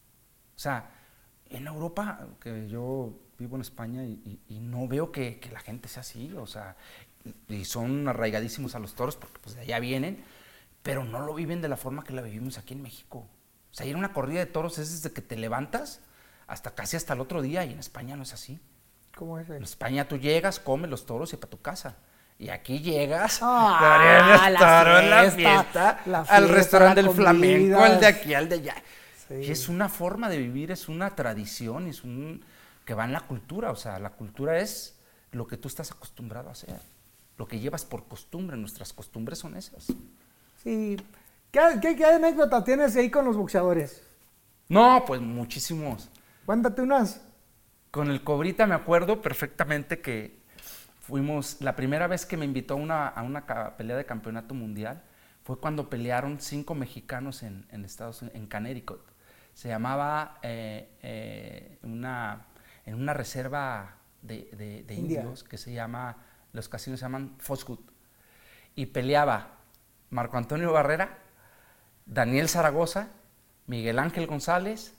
O sea, en Europa, que yo vivo en España y, y- y no veo que, que la gente sea así, o sea, y, y son arraigadísimos a los toros porque pues de allá vienen, pero no lo viven de la forma que la vivimos aquí en México. O sea, ir a una corrida de toros es desde que te levantas hasta casi hasta el otro día y en España no es así. ¿Cómo es? En España tú llegas, comes los toros y para tu casa. Y aquí llegas, Ah, te la toros, la fiesta, fiesta, la al fiesta, restaurante la del flamenco, al de comida. aquí, al de allá. Sí. Y es una forma de vivir, es una tradición, es un que va en la cultura. O sea, la cultura es lo que tú estás acostumbrado a hacer, lo que llevas por costumbre. Nuestras costumbres son esas. Sí. ¿Qué, qué, qué anécdota tienes ahí con los boxeadores? No, pues muchísimos. Cuéntate unas. Con el Cobrita me acuerdo perfectamente que fuimos, la primera vez que me invitó a una, a una ca- pelea de campeonato mundial fue cuando pelearon cinco mexicanos en, en Estados Unidos, en Connecticut. Se llamaba eh, eh, una, en una reserva de, de- de India. indios que se llama, los casinos se llaman Fosgut. Y peleaba Marco Antonio Barrera, Daniel Zaragoza, Miguel Ángel González,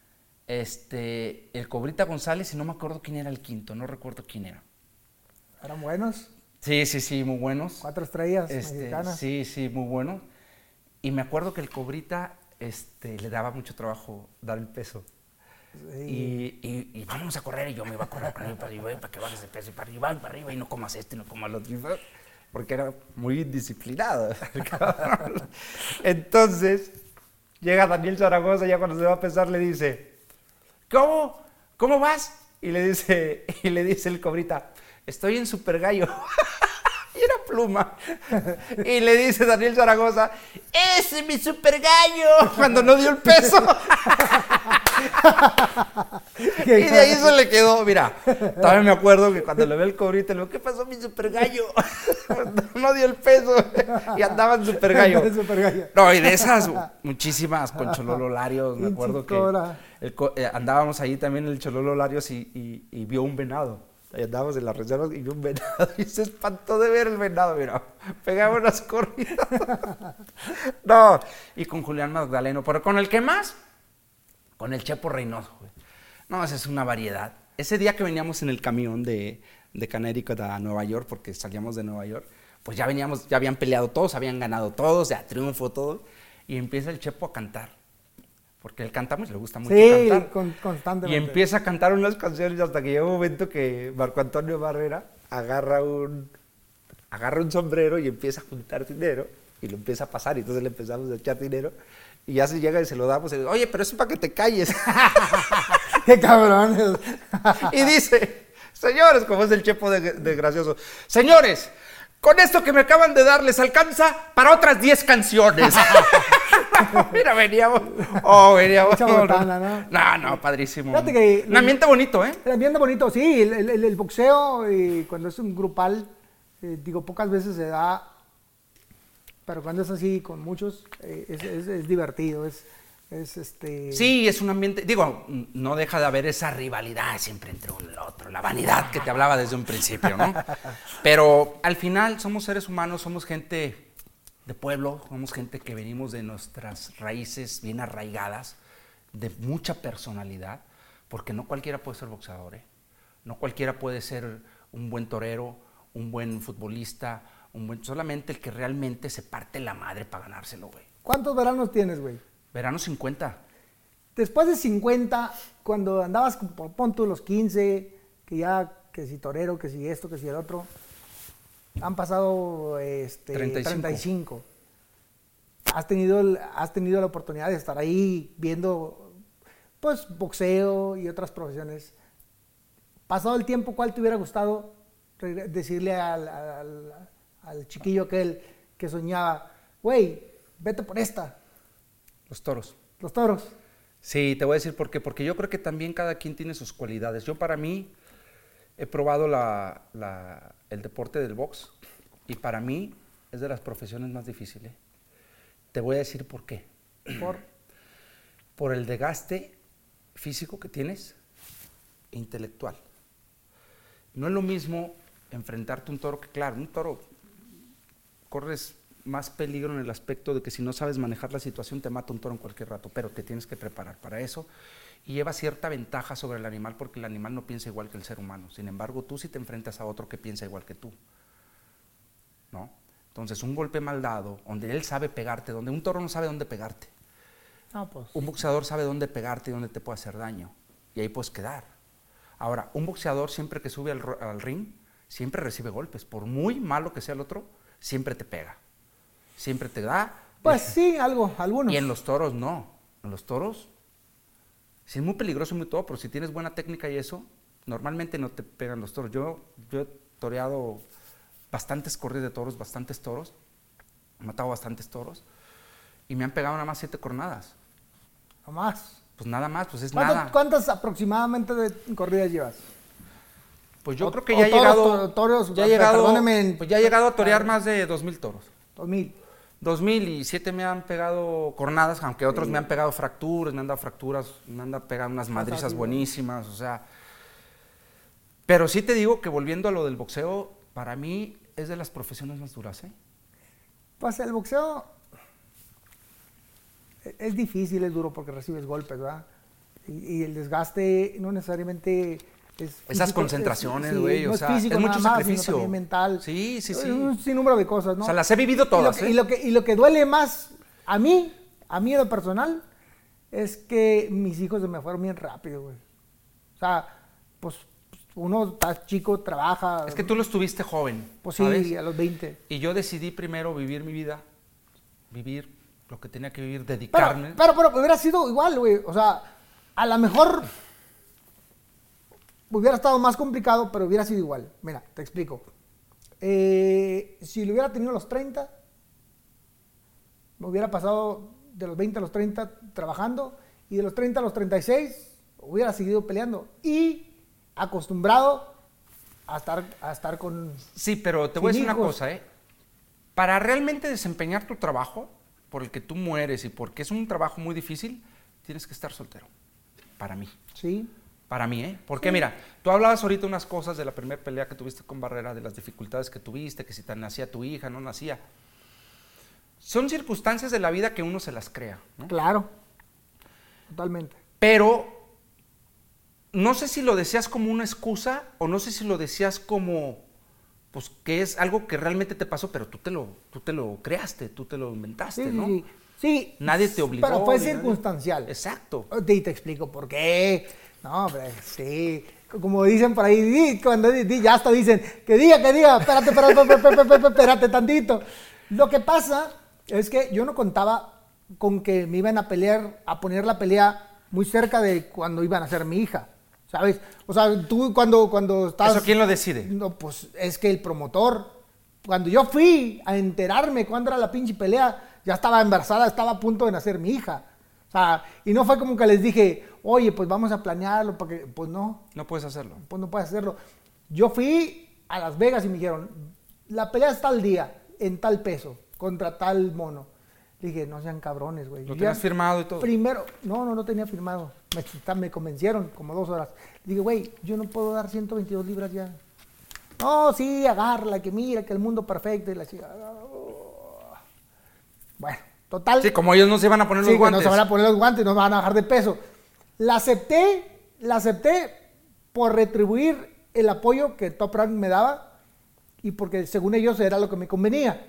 este, el Cobrita González y no me acuerdo quién era el quinto, no recuerdo quién era. ¿Eran buenos? Sí, sí, sí, muy buenos. Cuatro estrellas Este, mexicanas. sí, sí, muy buenos. Y me acuerdo que el Cobrita este, le daba mucho trabajo dar el peso. Sí. Y, y, y vamos a correr y yo me iba a correr para arriba, para arriba, para que bajes de peso y para arriba, y para arriba y no comas esto y no comas lo otro. Porque era muy indisciplinado. el cabrón. Entonces, llega Daniel Zaragoza, ya cuando se va a pesar le dice, ¿cómo? ¿Cómo vas? Y le dice, y le dice el Cobrita, estoy en Super Gallo. Y era pluma. Y le dice Daniel Zaragoza, ¡ese es mi Super Gallo! Cuando no dio el peso. Y de ahí se le quedó, mira, todavía me acuerdo que cuando le ve el Cobrita, le digo, ¿qué pasó mi Super Gallo? No dio el peso y andaba en Super Gallo. Super gallo. No, y de esas muchísimas con Chololo Larios, me acuerdo que Cobra. el co- eh, andábamos ahí también el Chololo Larios y, y, y vio un venado. Ahí andábamos en las reservas y vio un venado y se espantó de ver el venado, mira, pegaba unas corridas. No, y con Julián Magdaleno, pero con el que más, con el Chepo Reynoso, güey. No, esa es una variedad. ese día que veníamos en el camión de, de Connecticut a Nueva York, porque salíamos de Nueva York, pues ya veníamos, ya habían peleado todos, habían ganado todos, ya triunfo, todo, y empieza el Chepo a cantar, porque él canta mucho, le gusta mucho Sí, cantar. con- constantemente. Y empieza a cantar unas canciones hasta que llega un momento que Marco Antonio Barrera agarra un, agarra un sombrero y empieza a juntar dinero y lo empieza a pasar y entonces le empezamos a echar dinero y ya se llega y se lo damos y dice, oye, pero eso es para que te calles. ¡Qué cabrones! Y dice, señores, como es el Chepo de, de gracioso, señores, con esto que me acaban de dar les alcanza para otras diez canciones. Mira, veníamos. Oh, veníamos. Mucha botana, ¿no? No, no, padrísimo. Fíjate que- Un ambiente bonito, ¿eh? El ambiente bonito, sí, el, el- el boxeo, eh, cuando es un grupal, eh, digo, pocas veces se da, pero cuando es así con muchos, eh, es, es- es divertido, es, es este... Sí, es un ambiente, digo, no deja de haber esa rivalidad siempre entre uno y el otro, la vanidad que te hablaba desde un principio, ¿no? Pero al final somos seres humanos, somos gente de pueblo, somos gente que venimos de nuestras raíces bien arraigadas, de mucha personalidad, porque no cualquiera puede ser boxeador, ¿eh? No cualquiera puede ser un buen torero, un buen futbolista, un buen, solamente el que realmente se parte la madre para ganárselo, güey. ¿Cuántos veranos tienes, güey? Verano cincuenta. Después de cincuenta, cuando andabas con- por pon tú los quince, que ya, que si torero, que si esto, que si el otro, han pasado este, treinta y cinco. treinta y cinco. Has tenido, el- has tenido la oportunidad de estar ahí viendo, pues, boxeo y otras profesiones. Pasado el tiempo, ¿cuál te hubiera gustado regre- decirle al, al- al chiquillo aquel que soñaba, güey, vete por esta, Los toros. los toros? Sí, te voy a decir por qué. Porque yo creo que también cada quien tiene sus cualidades. Yo para mí he probado la, la- el deporte del box y para mí es de las profesiones más difíciles. Te voy a decir por qué. Por, Por el desgaste físico que tienes e intelectual. No es lo mismo enfrentarte a un toro que, claro, un toro corres más peligro en el aspecto de que si no sabes manejar la situación te mata un toro en cualquier rato, pero te tienes que preparar para eso y lleva cierta ventaja sobre el animal porque el animal no piensa igual que el ser humano. Sin embargo, tú sí te enfrentas a otro que piensa igual que tú, ¿no? Entonces, un golpe mal dado, donde él sabe pegarte, donde un toro no sabe dónde pegarte, no, pues, un boxeador sabe dónde pegarte y dónde te puede hacer daño, y ahí puedes quedar. Ahora, un boxeador siempre que sube al, ro- al ring, siempre recibe golpes, por muy malo que sea el otro, siempre te pega, siempre te da. pues sí, algo, algunos. Y en los toros no, en los toros, sí es muy peligroso y muy todo, pero si tienes buena técnica y eso, normalmente no te pegan los toros. Yo, yo he toreado bastantes corridas de toros, bastantes toros, he matado bastantes toros, y me han pegado nada más siete cornadas. No más. Pues nada más, pues es ¿Cuántas, nada. cuántas aproximadamente de corridas llevas? Pues yo o- creo que o ya he toros, llegado, to- toros, ya he llegado, perdóneme en- pues ya he llegado a torear más de dos mil toros. Dos mil. Dos mil y siete me han pegado cornadas, aunque otros me han pegado fracturas, me han dado fracturas, me han dado pegado unas madrizas sí, buenísimas, o sea. Pero sí te digo que volviendo a lo del boxeo, para mí es de las profesiones más duras, ¿eh? Pues el boxeo e- es difícil, es duro porque recibes golpes, ¿verdad? Y, y el desgaste no necesariamente es Esas físico, concentraciones, es- sí, güey, no o es sea, físico es mucho nada más, sino sacrificio. también mental. Sí, sí, Es sí. un sinnúmero de cosas, ¿no? O sea, las he vivido todas, y lo, que, ¿eh? y, lo que, y lo que duele más a mí, a mí en lo personal, es que mis hijos se me fueron bien rápido, güey. O sea, pues uno está chico, trabaja. Es que tú lo estuviste joven, Pues sí, ¿sabes? a los veinte. Y yo decidí primero vivir mi vida, vivir lo que tenía que vivir, Pero, dedicarme. pero, pero hubiera sido igual, güey. O sea, a lo mejor hubiera estado más complicado, pero hubiera sido igual. Mira, te explico. Eh, si lo hubiera tenido a los treinta, me hubiera pasado de los veinte a los treinta trabajando y de los treinta a los treinta y seis hubiera seguido peleando y acostumbrado a estar, a estar con... Sí, pero te voy a Sin decir una hijos. cosa, ¿eh? Para realmente desempeñar tu trabajo, por el que tú mueres y porque es un trabajo muy difícil, tienes que estar soltero. Para mí. Sí, Para mí, ¿eh? Porque mira, tú hablabas ahorita unas cosas de la primera pelea que tuviste con Barrera, de las dificultades que tuviste, que si te nacía tu hija, no nacía. Son circunstancias de la vida que uno se las crea, ¿no? claro. Totalmente. Pero no sé si lo decías como una excusa o no sé si lo decías como, pues que es algo que realmente te pasó, pero tú te lo, tú te lo creaste, tú te lo inventaste, Sí, ¿no? sí, sí. Nadie te obligó. Pero fue ni nadie- circunstancial. Exacto. Y te explico por qué. No, hombre, sí. Como dicen por ahí, di- cuando di- di- ya hasta dicen, que diga, que diga, espérate, espérate, espérate, espérate, espérate tantito. Lo que pasa es que yo no contaba con que me iban a pelear, a poner la pelea muy cerca de cuando iban a ser mi hija, ¿sabes? O sea, tú cuando, cuando estás... ¿Eso quién lo decide? No, pues es que el promotor, cuando yo fui a enterarme cuándo era la pinche pelea, ya estaba embarazada, estaba a punto de nacer mi hija. O sea, y no fue como que les dije, oye, pues vamos a planearlo, porque, pues no, No puedes hacerlo. pues no puedes hacerlo. Yo fui a Las Vegas y me dijeron, la pelea es tal día, en tal peso, contra tal mono. Le dije, no sean cabrones, güey. Lo Yo tenías ya- firmado y todo. Primero, no, no, no tenía firmado. Me, me convencieron como dos horas. Le dije, güey, yo no puedo dar ciento veintidós libras ya. No, sí, agárrala, que mira, que el mundo perfecto y la chica. Bueno, total. Sí, como ellos no se iban a poner Sí, los que guantes. no se van a poner los guantes, no van a bajar de peso. La acepté, la acepté por retribuir el apoyo que Top Rank me daba y porque según ellos era lo que me convenía.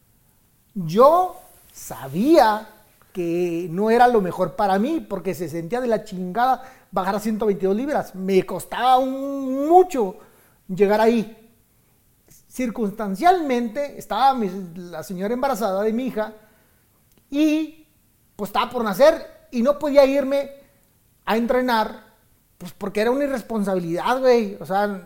Yo sabía que no era lo mejor para mí porque se sentía de la chingada bajar a ciento veintidós libras. Me costaba un- mucho llegar ahí. Circunstancialmente estaba mi- la señora embarazada de mi hija y pues estaba por nacer y no podía irme a entrenar pues porque era una irresponsabilidad, güey. O sea,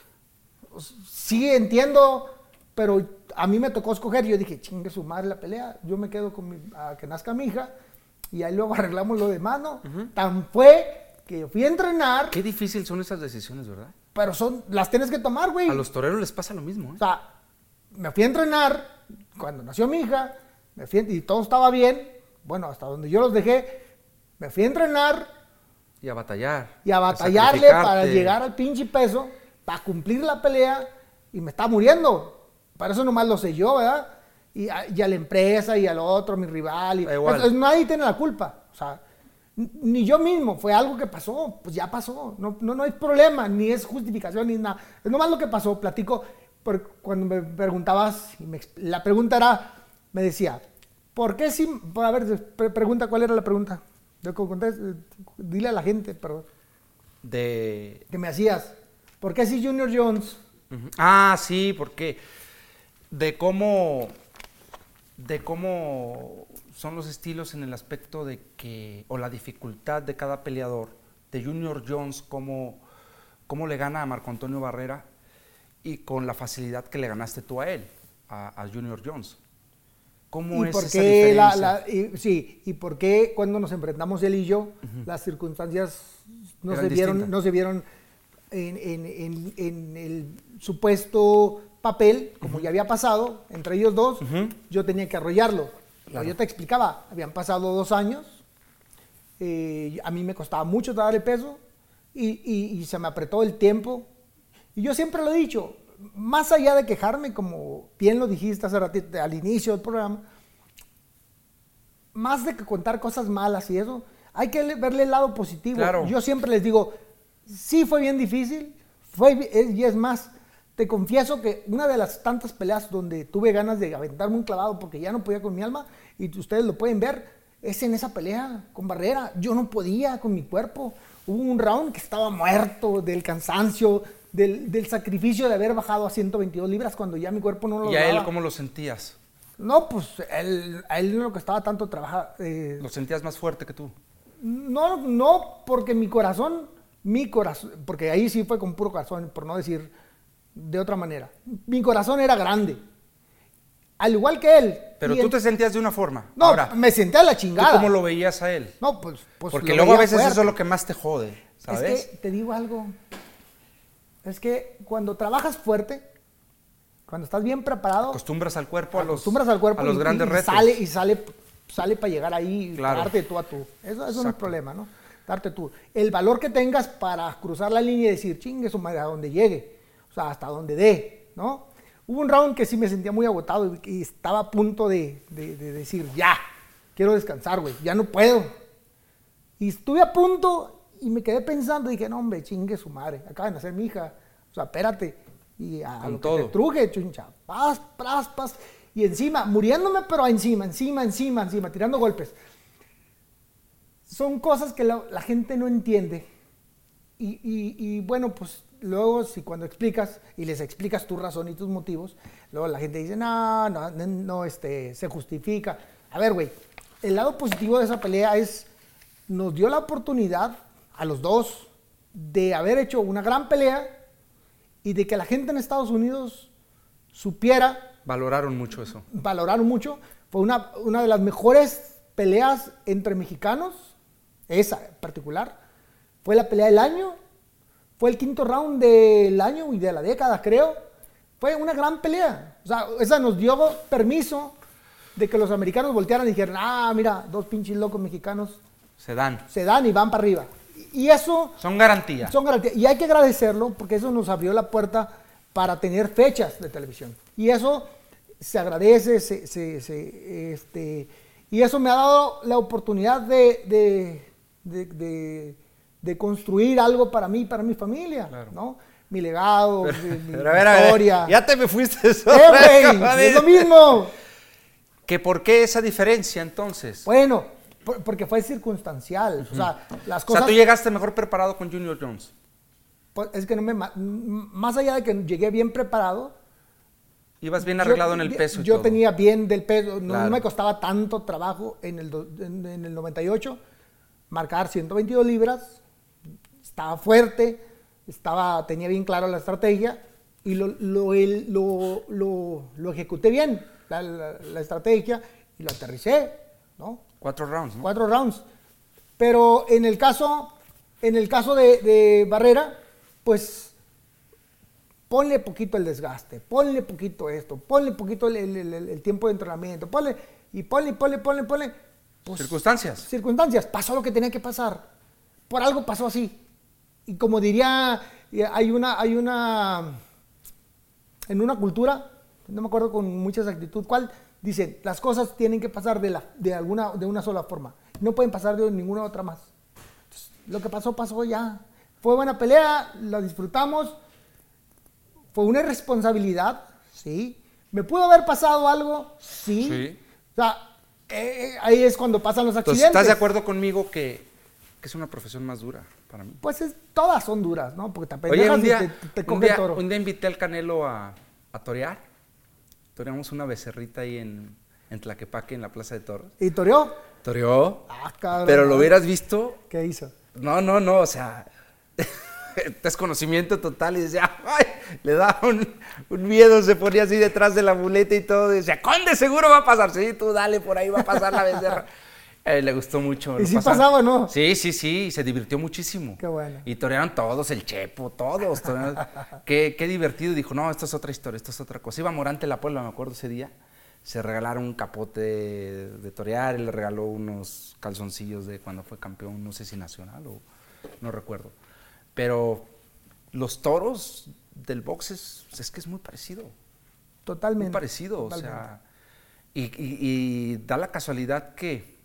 sí entiendo, pero a mí me tocó escoger. Yo dije, chingue su madre la pelea, yo me quedo con mi, a que nazca mi hija y ahí luego arreglamos lo demás, ¿no? Tan fue que yo fui a entrenar, Qué difícil son esas decisiones, ¿verdad? pero son, las tienes que tomar, güey. A los toreros les pasa lo mismo, O ¿eh? sea, me fui a entrenar cuando nació mi hija, me fui, y todo estaba bien, bueno, hasta donde yo los dejé, me fui a entrenar Y a batallar. y a a batallarle para sacrificarte. llegar al pinche peso, para cumplir la pelea, y me estaba muriendo. Para eso nomás lo sé yo, ¿verdad? Y a, y a la empresa, y al otro, mi rival, y Da igual. es- es- nadie tiene la culpa. O sea, n- ni yo mismo, fue algo que pasó, pues ya pasó. No, no, no hay problema, ni es justificación, ni nada. Es nomás lo que pasó. Platico, por, cuando me preguntabas, y me exp- la pregunta era, me decía, ¿por qué si, a ver, pre- pregunta, ¿cuál era la pregunta? Yo conté, dile a la gente, perdón, De... que me hacías. ¿Por qué si Junior Jones? Ujú. Ah, sí, porque de cómo de cómo son los estilos en el aspecto de que o la dificultad de cada peleador, de Junior Jones cómo cómo le gana a Marco Antonio Barrera y con la facilidad que le ganaste tú a él, a, a Junior Jones. ¿Cómo ¿Y es por esa qué la, diferencia? la- y- sí, y por qué cuando nos enfrentamos él y yo, las circunstancias no Eran se vieron, distintas. no se vieron en, en- en- en el supuesto papel, como ya había pasado entre ellos dos, Ujú. yo tenía que arrollarlo. Pero Claro. yo te explicaba, habían pasado dos años, eh, a mí me costaba mucho dar el peso y, y- y se me apretó el tiempo. Y yo siempre lo he dicho, más allá de quejarme, como bien lo dijiste hace ratito, al inicio del programa, más de que contar cosas malas y eso, hay que le- verle el lado positivo. Claro. Yo siempre les digo, sí fue bien difícil, fue, bi- es- y es más, te confieso que una de las tantas peleas donde tuve ganas de aventarme un clavado porque ya no podía con mi alma, y ustedes lo pueden ver, es en esa pelea con Barrera. Yo no podía con mi cuerpo. Hubo un round que estaba muerto del cansancio, del, del sacrificio de haber bajado a ciento veintidós libras cuando ya mi cuerpo no lo ¿Y a él daba. cómo lo sentías? No, pues él, a él no le costaba tanto trabajar. eh, ¿Lo sentías más fuerte que tú? no, no, porque mi corazón, mi corazón, porque ahí sí fue con puro corazón, por no decir de otra manera. Mi corazón era grande, al igual que él. Pero Y tú el- te sentías de una forma. No, Ahora, me senté a la ¿tú chingada. cómo lo veías a él? No, pues, pues Porque lo luego a veía veces eso fuerte. es lo que más te jode, ¿sabes? Es que te digo algo. Es que cuando trabajas fuerte, cuando estás bien preparado, Acostumbras al cuerpo a los, acostumbras al cuerpo a los y, grandes y retos. sale y sale sale para llegar ahí y Claro. darte tú a tú. Eso, eso no es Exacto. problema, ¿no? Darte tú. El valor que tengas para cruzar la línea y decir, chingue su madre, a donde llegue. O sea, hasta donde dé, ¿no? Hubo un round que sí me sentía muy agotado y, y estaba a punto de, de- de decir, ya, quiero descansar, güey, ya no puedo. Y estuve a punto y me quedé pensando, dije, no, hombre, chingue su madre, acaba de nacer mi hija. O sea, espérate. Y a Con lo todo. que te truje, chuncha. Paz, paz, paz. Y encima, muriéndome, pero encima, encima, encima, encima, tirando golpes. Son cosas que la, la gente no entiende. Y, y, y bueno, pues luego, si cuando explicas y les explicas tu razón y tus motivos, luego la gente dice, no, no, no, no, este, se justifica. A ver, güey, el lado positivo de esa pelea es, nos dio la oportunidad a los dos de haber hecho una gran pelea y de que la gente en Estados Unidos supiera, Valoraron mucho eso. valoraron mucho. Fue una, una de las mejores peleas entre mexicanos, esa en particular. Fue la pelea del año, fue el quinto round del año y de la década, creo. Fue una gran pelea. O sea, esa nos dio permiso de que los americanos voltearan y dijeran, ah, mira, dos pinches locos mexicanos Se dan. se dan y van para arriba. Y eso Son garantía. son garantías. Y hay que agradecerlo porque eso nos abrió la puerta para tener fechas de televisión. Y eso se agradece, se, se, se, este, y eso me ha dado la oportunidad de, de, de, de, de construir algo para mí, para mi familia, Claro. ¿no? Mi legado, mi, mi Pero a ver, a ver, historia. ya te me fuiste. ¡Eh, güey! ¡Es lo mismo! ¿Que por qué esa diferencia entonces? Bueno, por- porque fue circunstancial. O sea, las O cosas... sea, tú llegaste mejor preparado con Junior Jones. pues, es que no me... ma- m- Más allá de que llegué bien preparado... Ibas bien yo- arreglado en el yo- peso y Yo todo. tenía bien del peso. No, Claro. no me costaba tanto trabajo en el, do- en, en el noventa y ocho marcar ciento veintidós libras. Estaba fuerte, estaba, tenía bien claro la estrategia y lo, lo, el- lo, lo, lo ejecuté bien, la, la- la estrategia, y lo aterricé, ¿no? Cuatro rounds, ¿no? Cuatro rounds. Pero en el caso, en el caso de, de Barrera, pues ponle poquito el desgaste, ponle poquito esto, ponle poquito el, el- el- el tiempo de entrenamiento, ponle, y ponle, ponle, ponle, ponle. Pues, Circunstancias. circunstancias. Pasó lo que tenía que pasar. Por algo pasó así. Y como diría, hay una, hay una, en una cultura, no me acuerdo con mucha exactitud cuál, dicen, las cosas tienen que pasar de, la, de, alguna, de una sola forma. No pueden pasar de ninguna otra más. Entonces, lo que pasó, pasó ya. Fue buena pelea, la disfrutamos. Fue una irresponsabilidad, sí. ¿Me pudo haber pasado algo? Sí. Sí. O sea, eh, ahí es cuando pasan los Entonces, accidentes. ¿estás de acuerdo conmigo que, que es una profesión más dura para mí? Pues es- todas son duras, ¿no? Porque te Oye, apendejas un y día, te, te un, coge el día, toro. un día invité al Canelo a, a torear. Toreamos una becerrita ahí en, en Tlaquepaque, en la Plaza de Toros. ¿Y toreó? Toreó. Ah, cabrón. Pero lo hubieras visto. ¿Qué hizo? No, no, no, o sea, desconocimiento total y decía, ay, le daba un, un miedo, se ponía así detrás de la muleta y todo, y decía, Conde, seguro va a pasar, sí, tú dale, por ahí va a pasar la becerra. Eh, le gustó mucho. ¿Y lo sí pasaron. pasaba, no? Sí, sí, sí, y se divirtió muchísimo. Qué bueno. Y torearon todos, el Chepo, todos. torearon. qué, qué divertido. Dijo, no, esto es otra historia, esto es otra cosa. Iba Morante La Puebla, me acuerdo ese día. Se regalaron un capote de, de torear y le regaló unos calzoncillos de cuando fue campeón, no sé si nacional o no recuerdo. Pero los toros del box es, es que es muy parecido. Totalmente. Muy parecido, totalmente. o sea, y, y- y da la casualidad que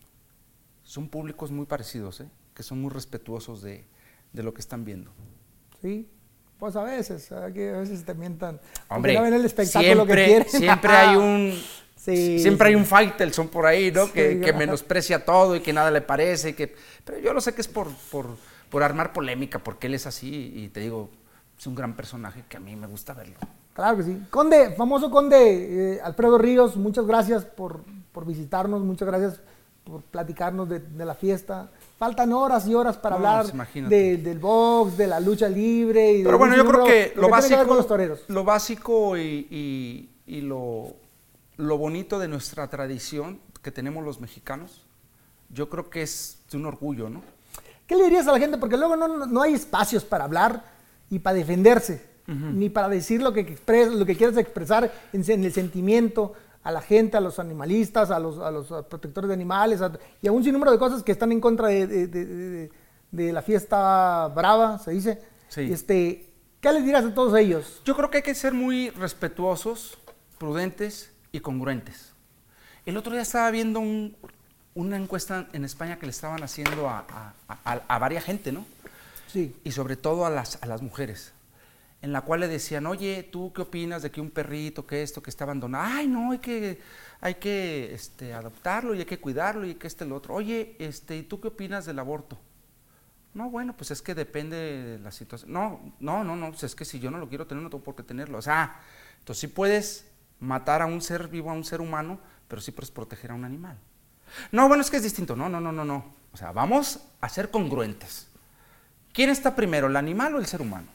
son públicos muy parecidos, ¿eh? Que son muy respetuosos de, de lo que están viendo. Sí. Pues a veces, aquí a veces te mientan. porque Hombre, no ven el espectáculo siempre, que quieren. siempre hay un Sí, siempre sí. hay un Faitelson por ahí, ¿no? Sí, que, que ajá. menosprecia todo y que nada le parece, que pero yo lo sé que es por, por, por armar polémica, porque él es así y te digo, es un gran personaje que a mí me gusta verlo. Claro que sí. Conde, famoso Conde, eh, Alfredo Ríos, muchas gracias por, por visitarnos, muchas gracias por platicarnos de, de la fiesta. Faltan horas y horas para No, hablar pues, imagínate. de- del box, de la lucha libre. Y de Pero bueno, yo un creo sinnúmero- que lo tiene ver básico, con los toreros. lo básico y, y- y lo, lo bonito de nuestra tradición que tenemos los mexicanos, yo creo que es un orgullo, ¿no? ¿Qué le dirías a la gente? Porque luego no, no- no hay espacios para hablar y para defenderse, ni para decir lo que, expres- lo que quieres expresar en, en el sentimiento a la gente, a los animalistas, a los, a los a protectores de animales, a- y a un sinnúmero de cosas que están en contra de, de- de- de- de la fiesta brava, se dice. Sí. Este, ¿qué les dirás a todos ellos? Yo creo que hay que ser muy respetuosos, prudentes y congruentes. El otro día estaba viendo un- una encuesta en España que le estaban haciendo a, a, a- a varias gente, ¿no? Sí. Y sobre todo a las, a las mujeres, en la cual le decían, oye, ¿tú qué opinas de que un perrito, que esto, que está abandonado? Ay, no, hay que, hay que este, adoptarlo y hay que cuidarlo y que este, lo otro. Oye, este, ¿y tú qué opinas del aborto? No, bueno, pues es que depende de la situación. No, no, no, no, pues es que si yo no lo quiero tener, no tengo por qué tenerlo. O sea, entonces sí puedes matar a un ser vivo, a un ser humano, pero sí puedes proteger a un animal. No, bueno, es que es distinto. No, no, no, no, no. O sea, vamos a ser congruentes. ¿Quién está primero, el animal o el ser humano?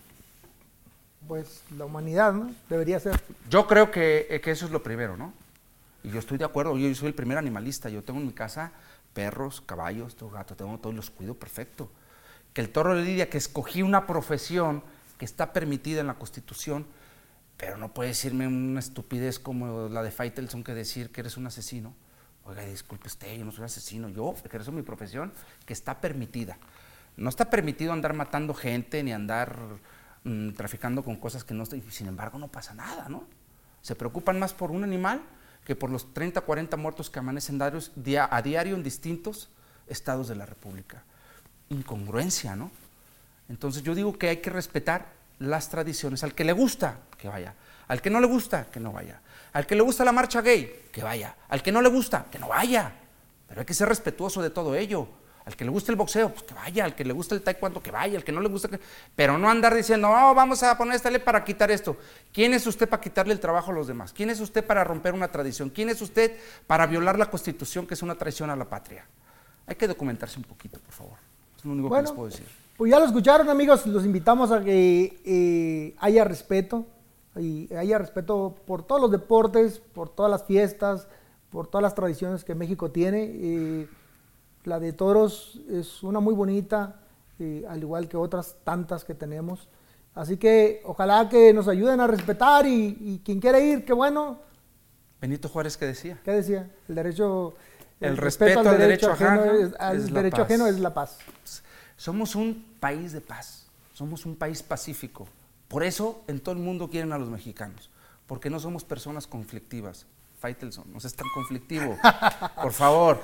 Pues la humanidad, ¿no? Debería ser. Yo creo que, que eso es lo primero, ¿no? Y yo estoy de acuerdo, yo soy el primer animalista. Yo tengo en mi casa perros, caballos, tengo gatos, tengo todo y los cuido perfecto. Que el toro de Lidia, que escogí una profesión que está permitida en la Constitución, pero no puede decirme una estupidez como la de Faitelson, que decir que eres un asesino. Oiga, disculpe usted, yo no soy asesino, yo ejerzo mi profesión que está permitida. No está permitido andar matando gente ni andar mmm, traficando con cosas que no estoy, sin embargo no pasa nada, ¿no? Se preocupan más por un animal que por los treinta, cuarenta muertos que amanecen a diario en distintos estados de la República. Incongruencia, ¿no? Entonces yo digo que hay que respetar las tradiciones. Al que le gusta, que vaya. Al que no le gusta, que no vaya. Al que le gusta la marcha gay, que vaya. Al que no le gusta, que no vaya. Pero hay que ser respetuoso de todo ello. Al que le gusta el boxeo, pues que vaya. Al que le gusta el taekwondo, que vaya. Al que no le gusta, que... pero no andar diciendo, oh, vamos a poner esta ley para quitar esto. ¿Quién es usted para quitarle el trabajo a los demás? ¿Quién es usted para romper una tradición? ¿Quién es usted para violar la Constitución, que es una traición a la patria? Hay que documentarse un poquito, por favor. Es lo único Bueno, que les puedo decir. Pues ya lo escucharon, amigos, los invitamos a que eh, haya respeto, y haya respeto por todos los deportes, por todas las fiestas, por todas las tradiciones que México tiene. Eh, la de toros es una muy bonita, eh, al igual que otras tantas que tenemos. Así que ojalá que nos ayuden a respetar y, y quien quiera ir, qué bueno. Benito Juárez, ¿qué decía? ¿Qué decía? El derecho... El, el respeto, respeto al derecho, derecho ajeno, ajeno es, al es derecho ajeno es la paz. Somos un país de paz, somos un país pacífico. Por eso en todo el mundo quieren a los mexicanos, porque no somos personas conflictivas. Faitelson, no seas tan conflictivo, por favor.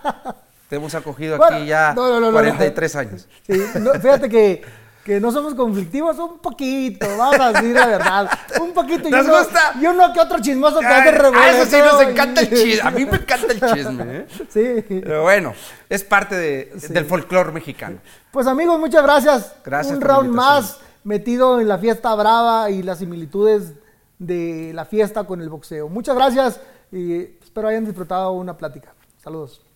Te hemos acogido bueno, aquí ya no, no, no, cuarenta y tres años. Sí, no, fíjate que, que no somos conflictivos, un poquito, vamos a decir la verdad. Un poquito. ¿Nos y uno, gusta? Y uno que otro chismoso que hace revuelo. Ah, eso sí, nos encanta el chisme. A mí me encanta el chisme. ¿eh? Sí. Pero bueno, es parte de, sí. del folclore mexicano. Pues amigos, muchas gracias. Gracias. Un round más metido en la fiesta brava y las similitudes de la fiesta con el boxeo. Muchas gracias y espero hayan disfrutado una plática. Saludos.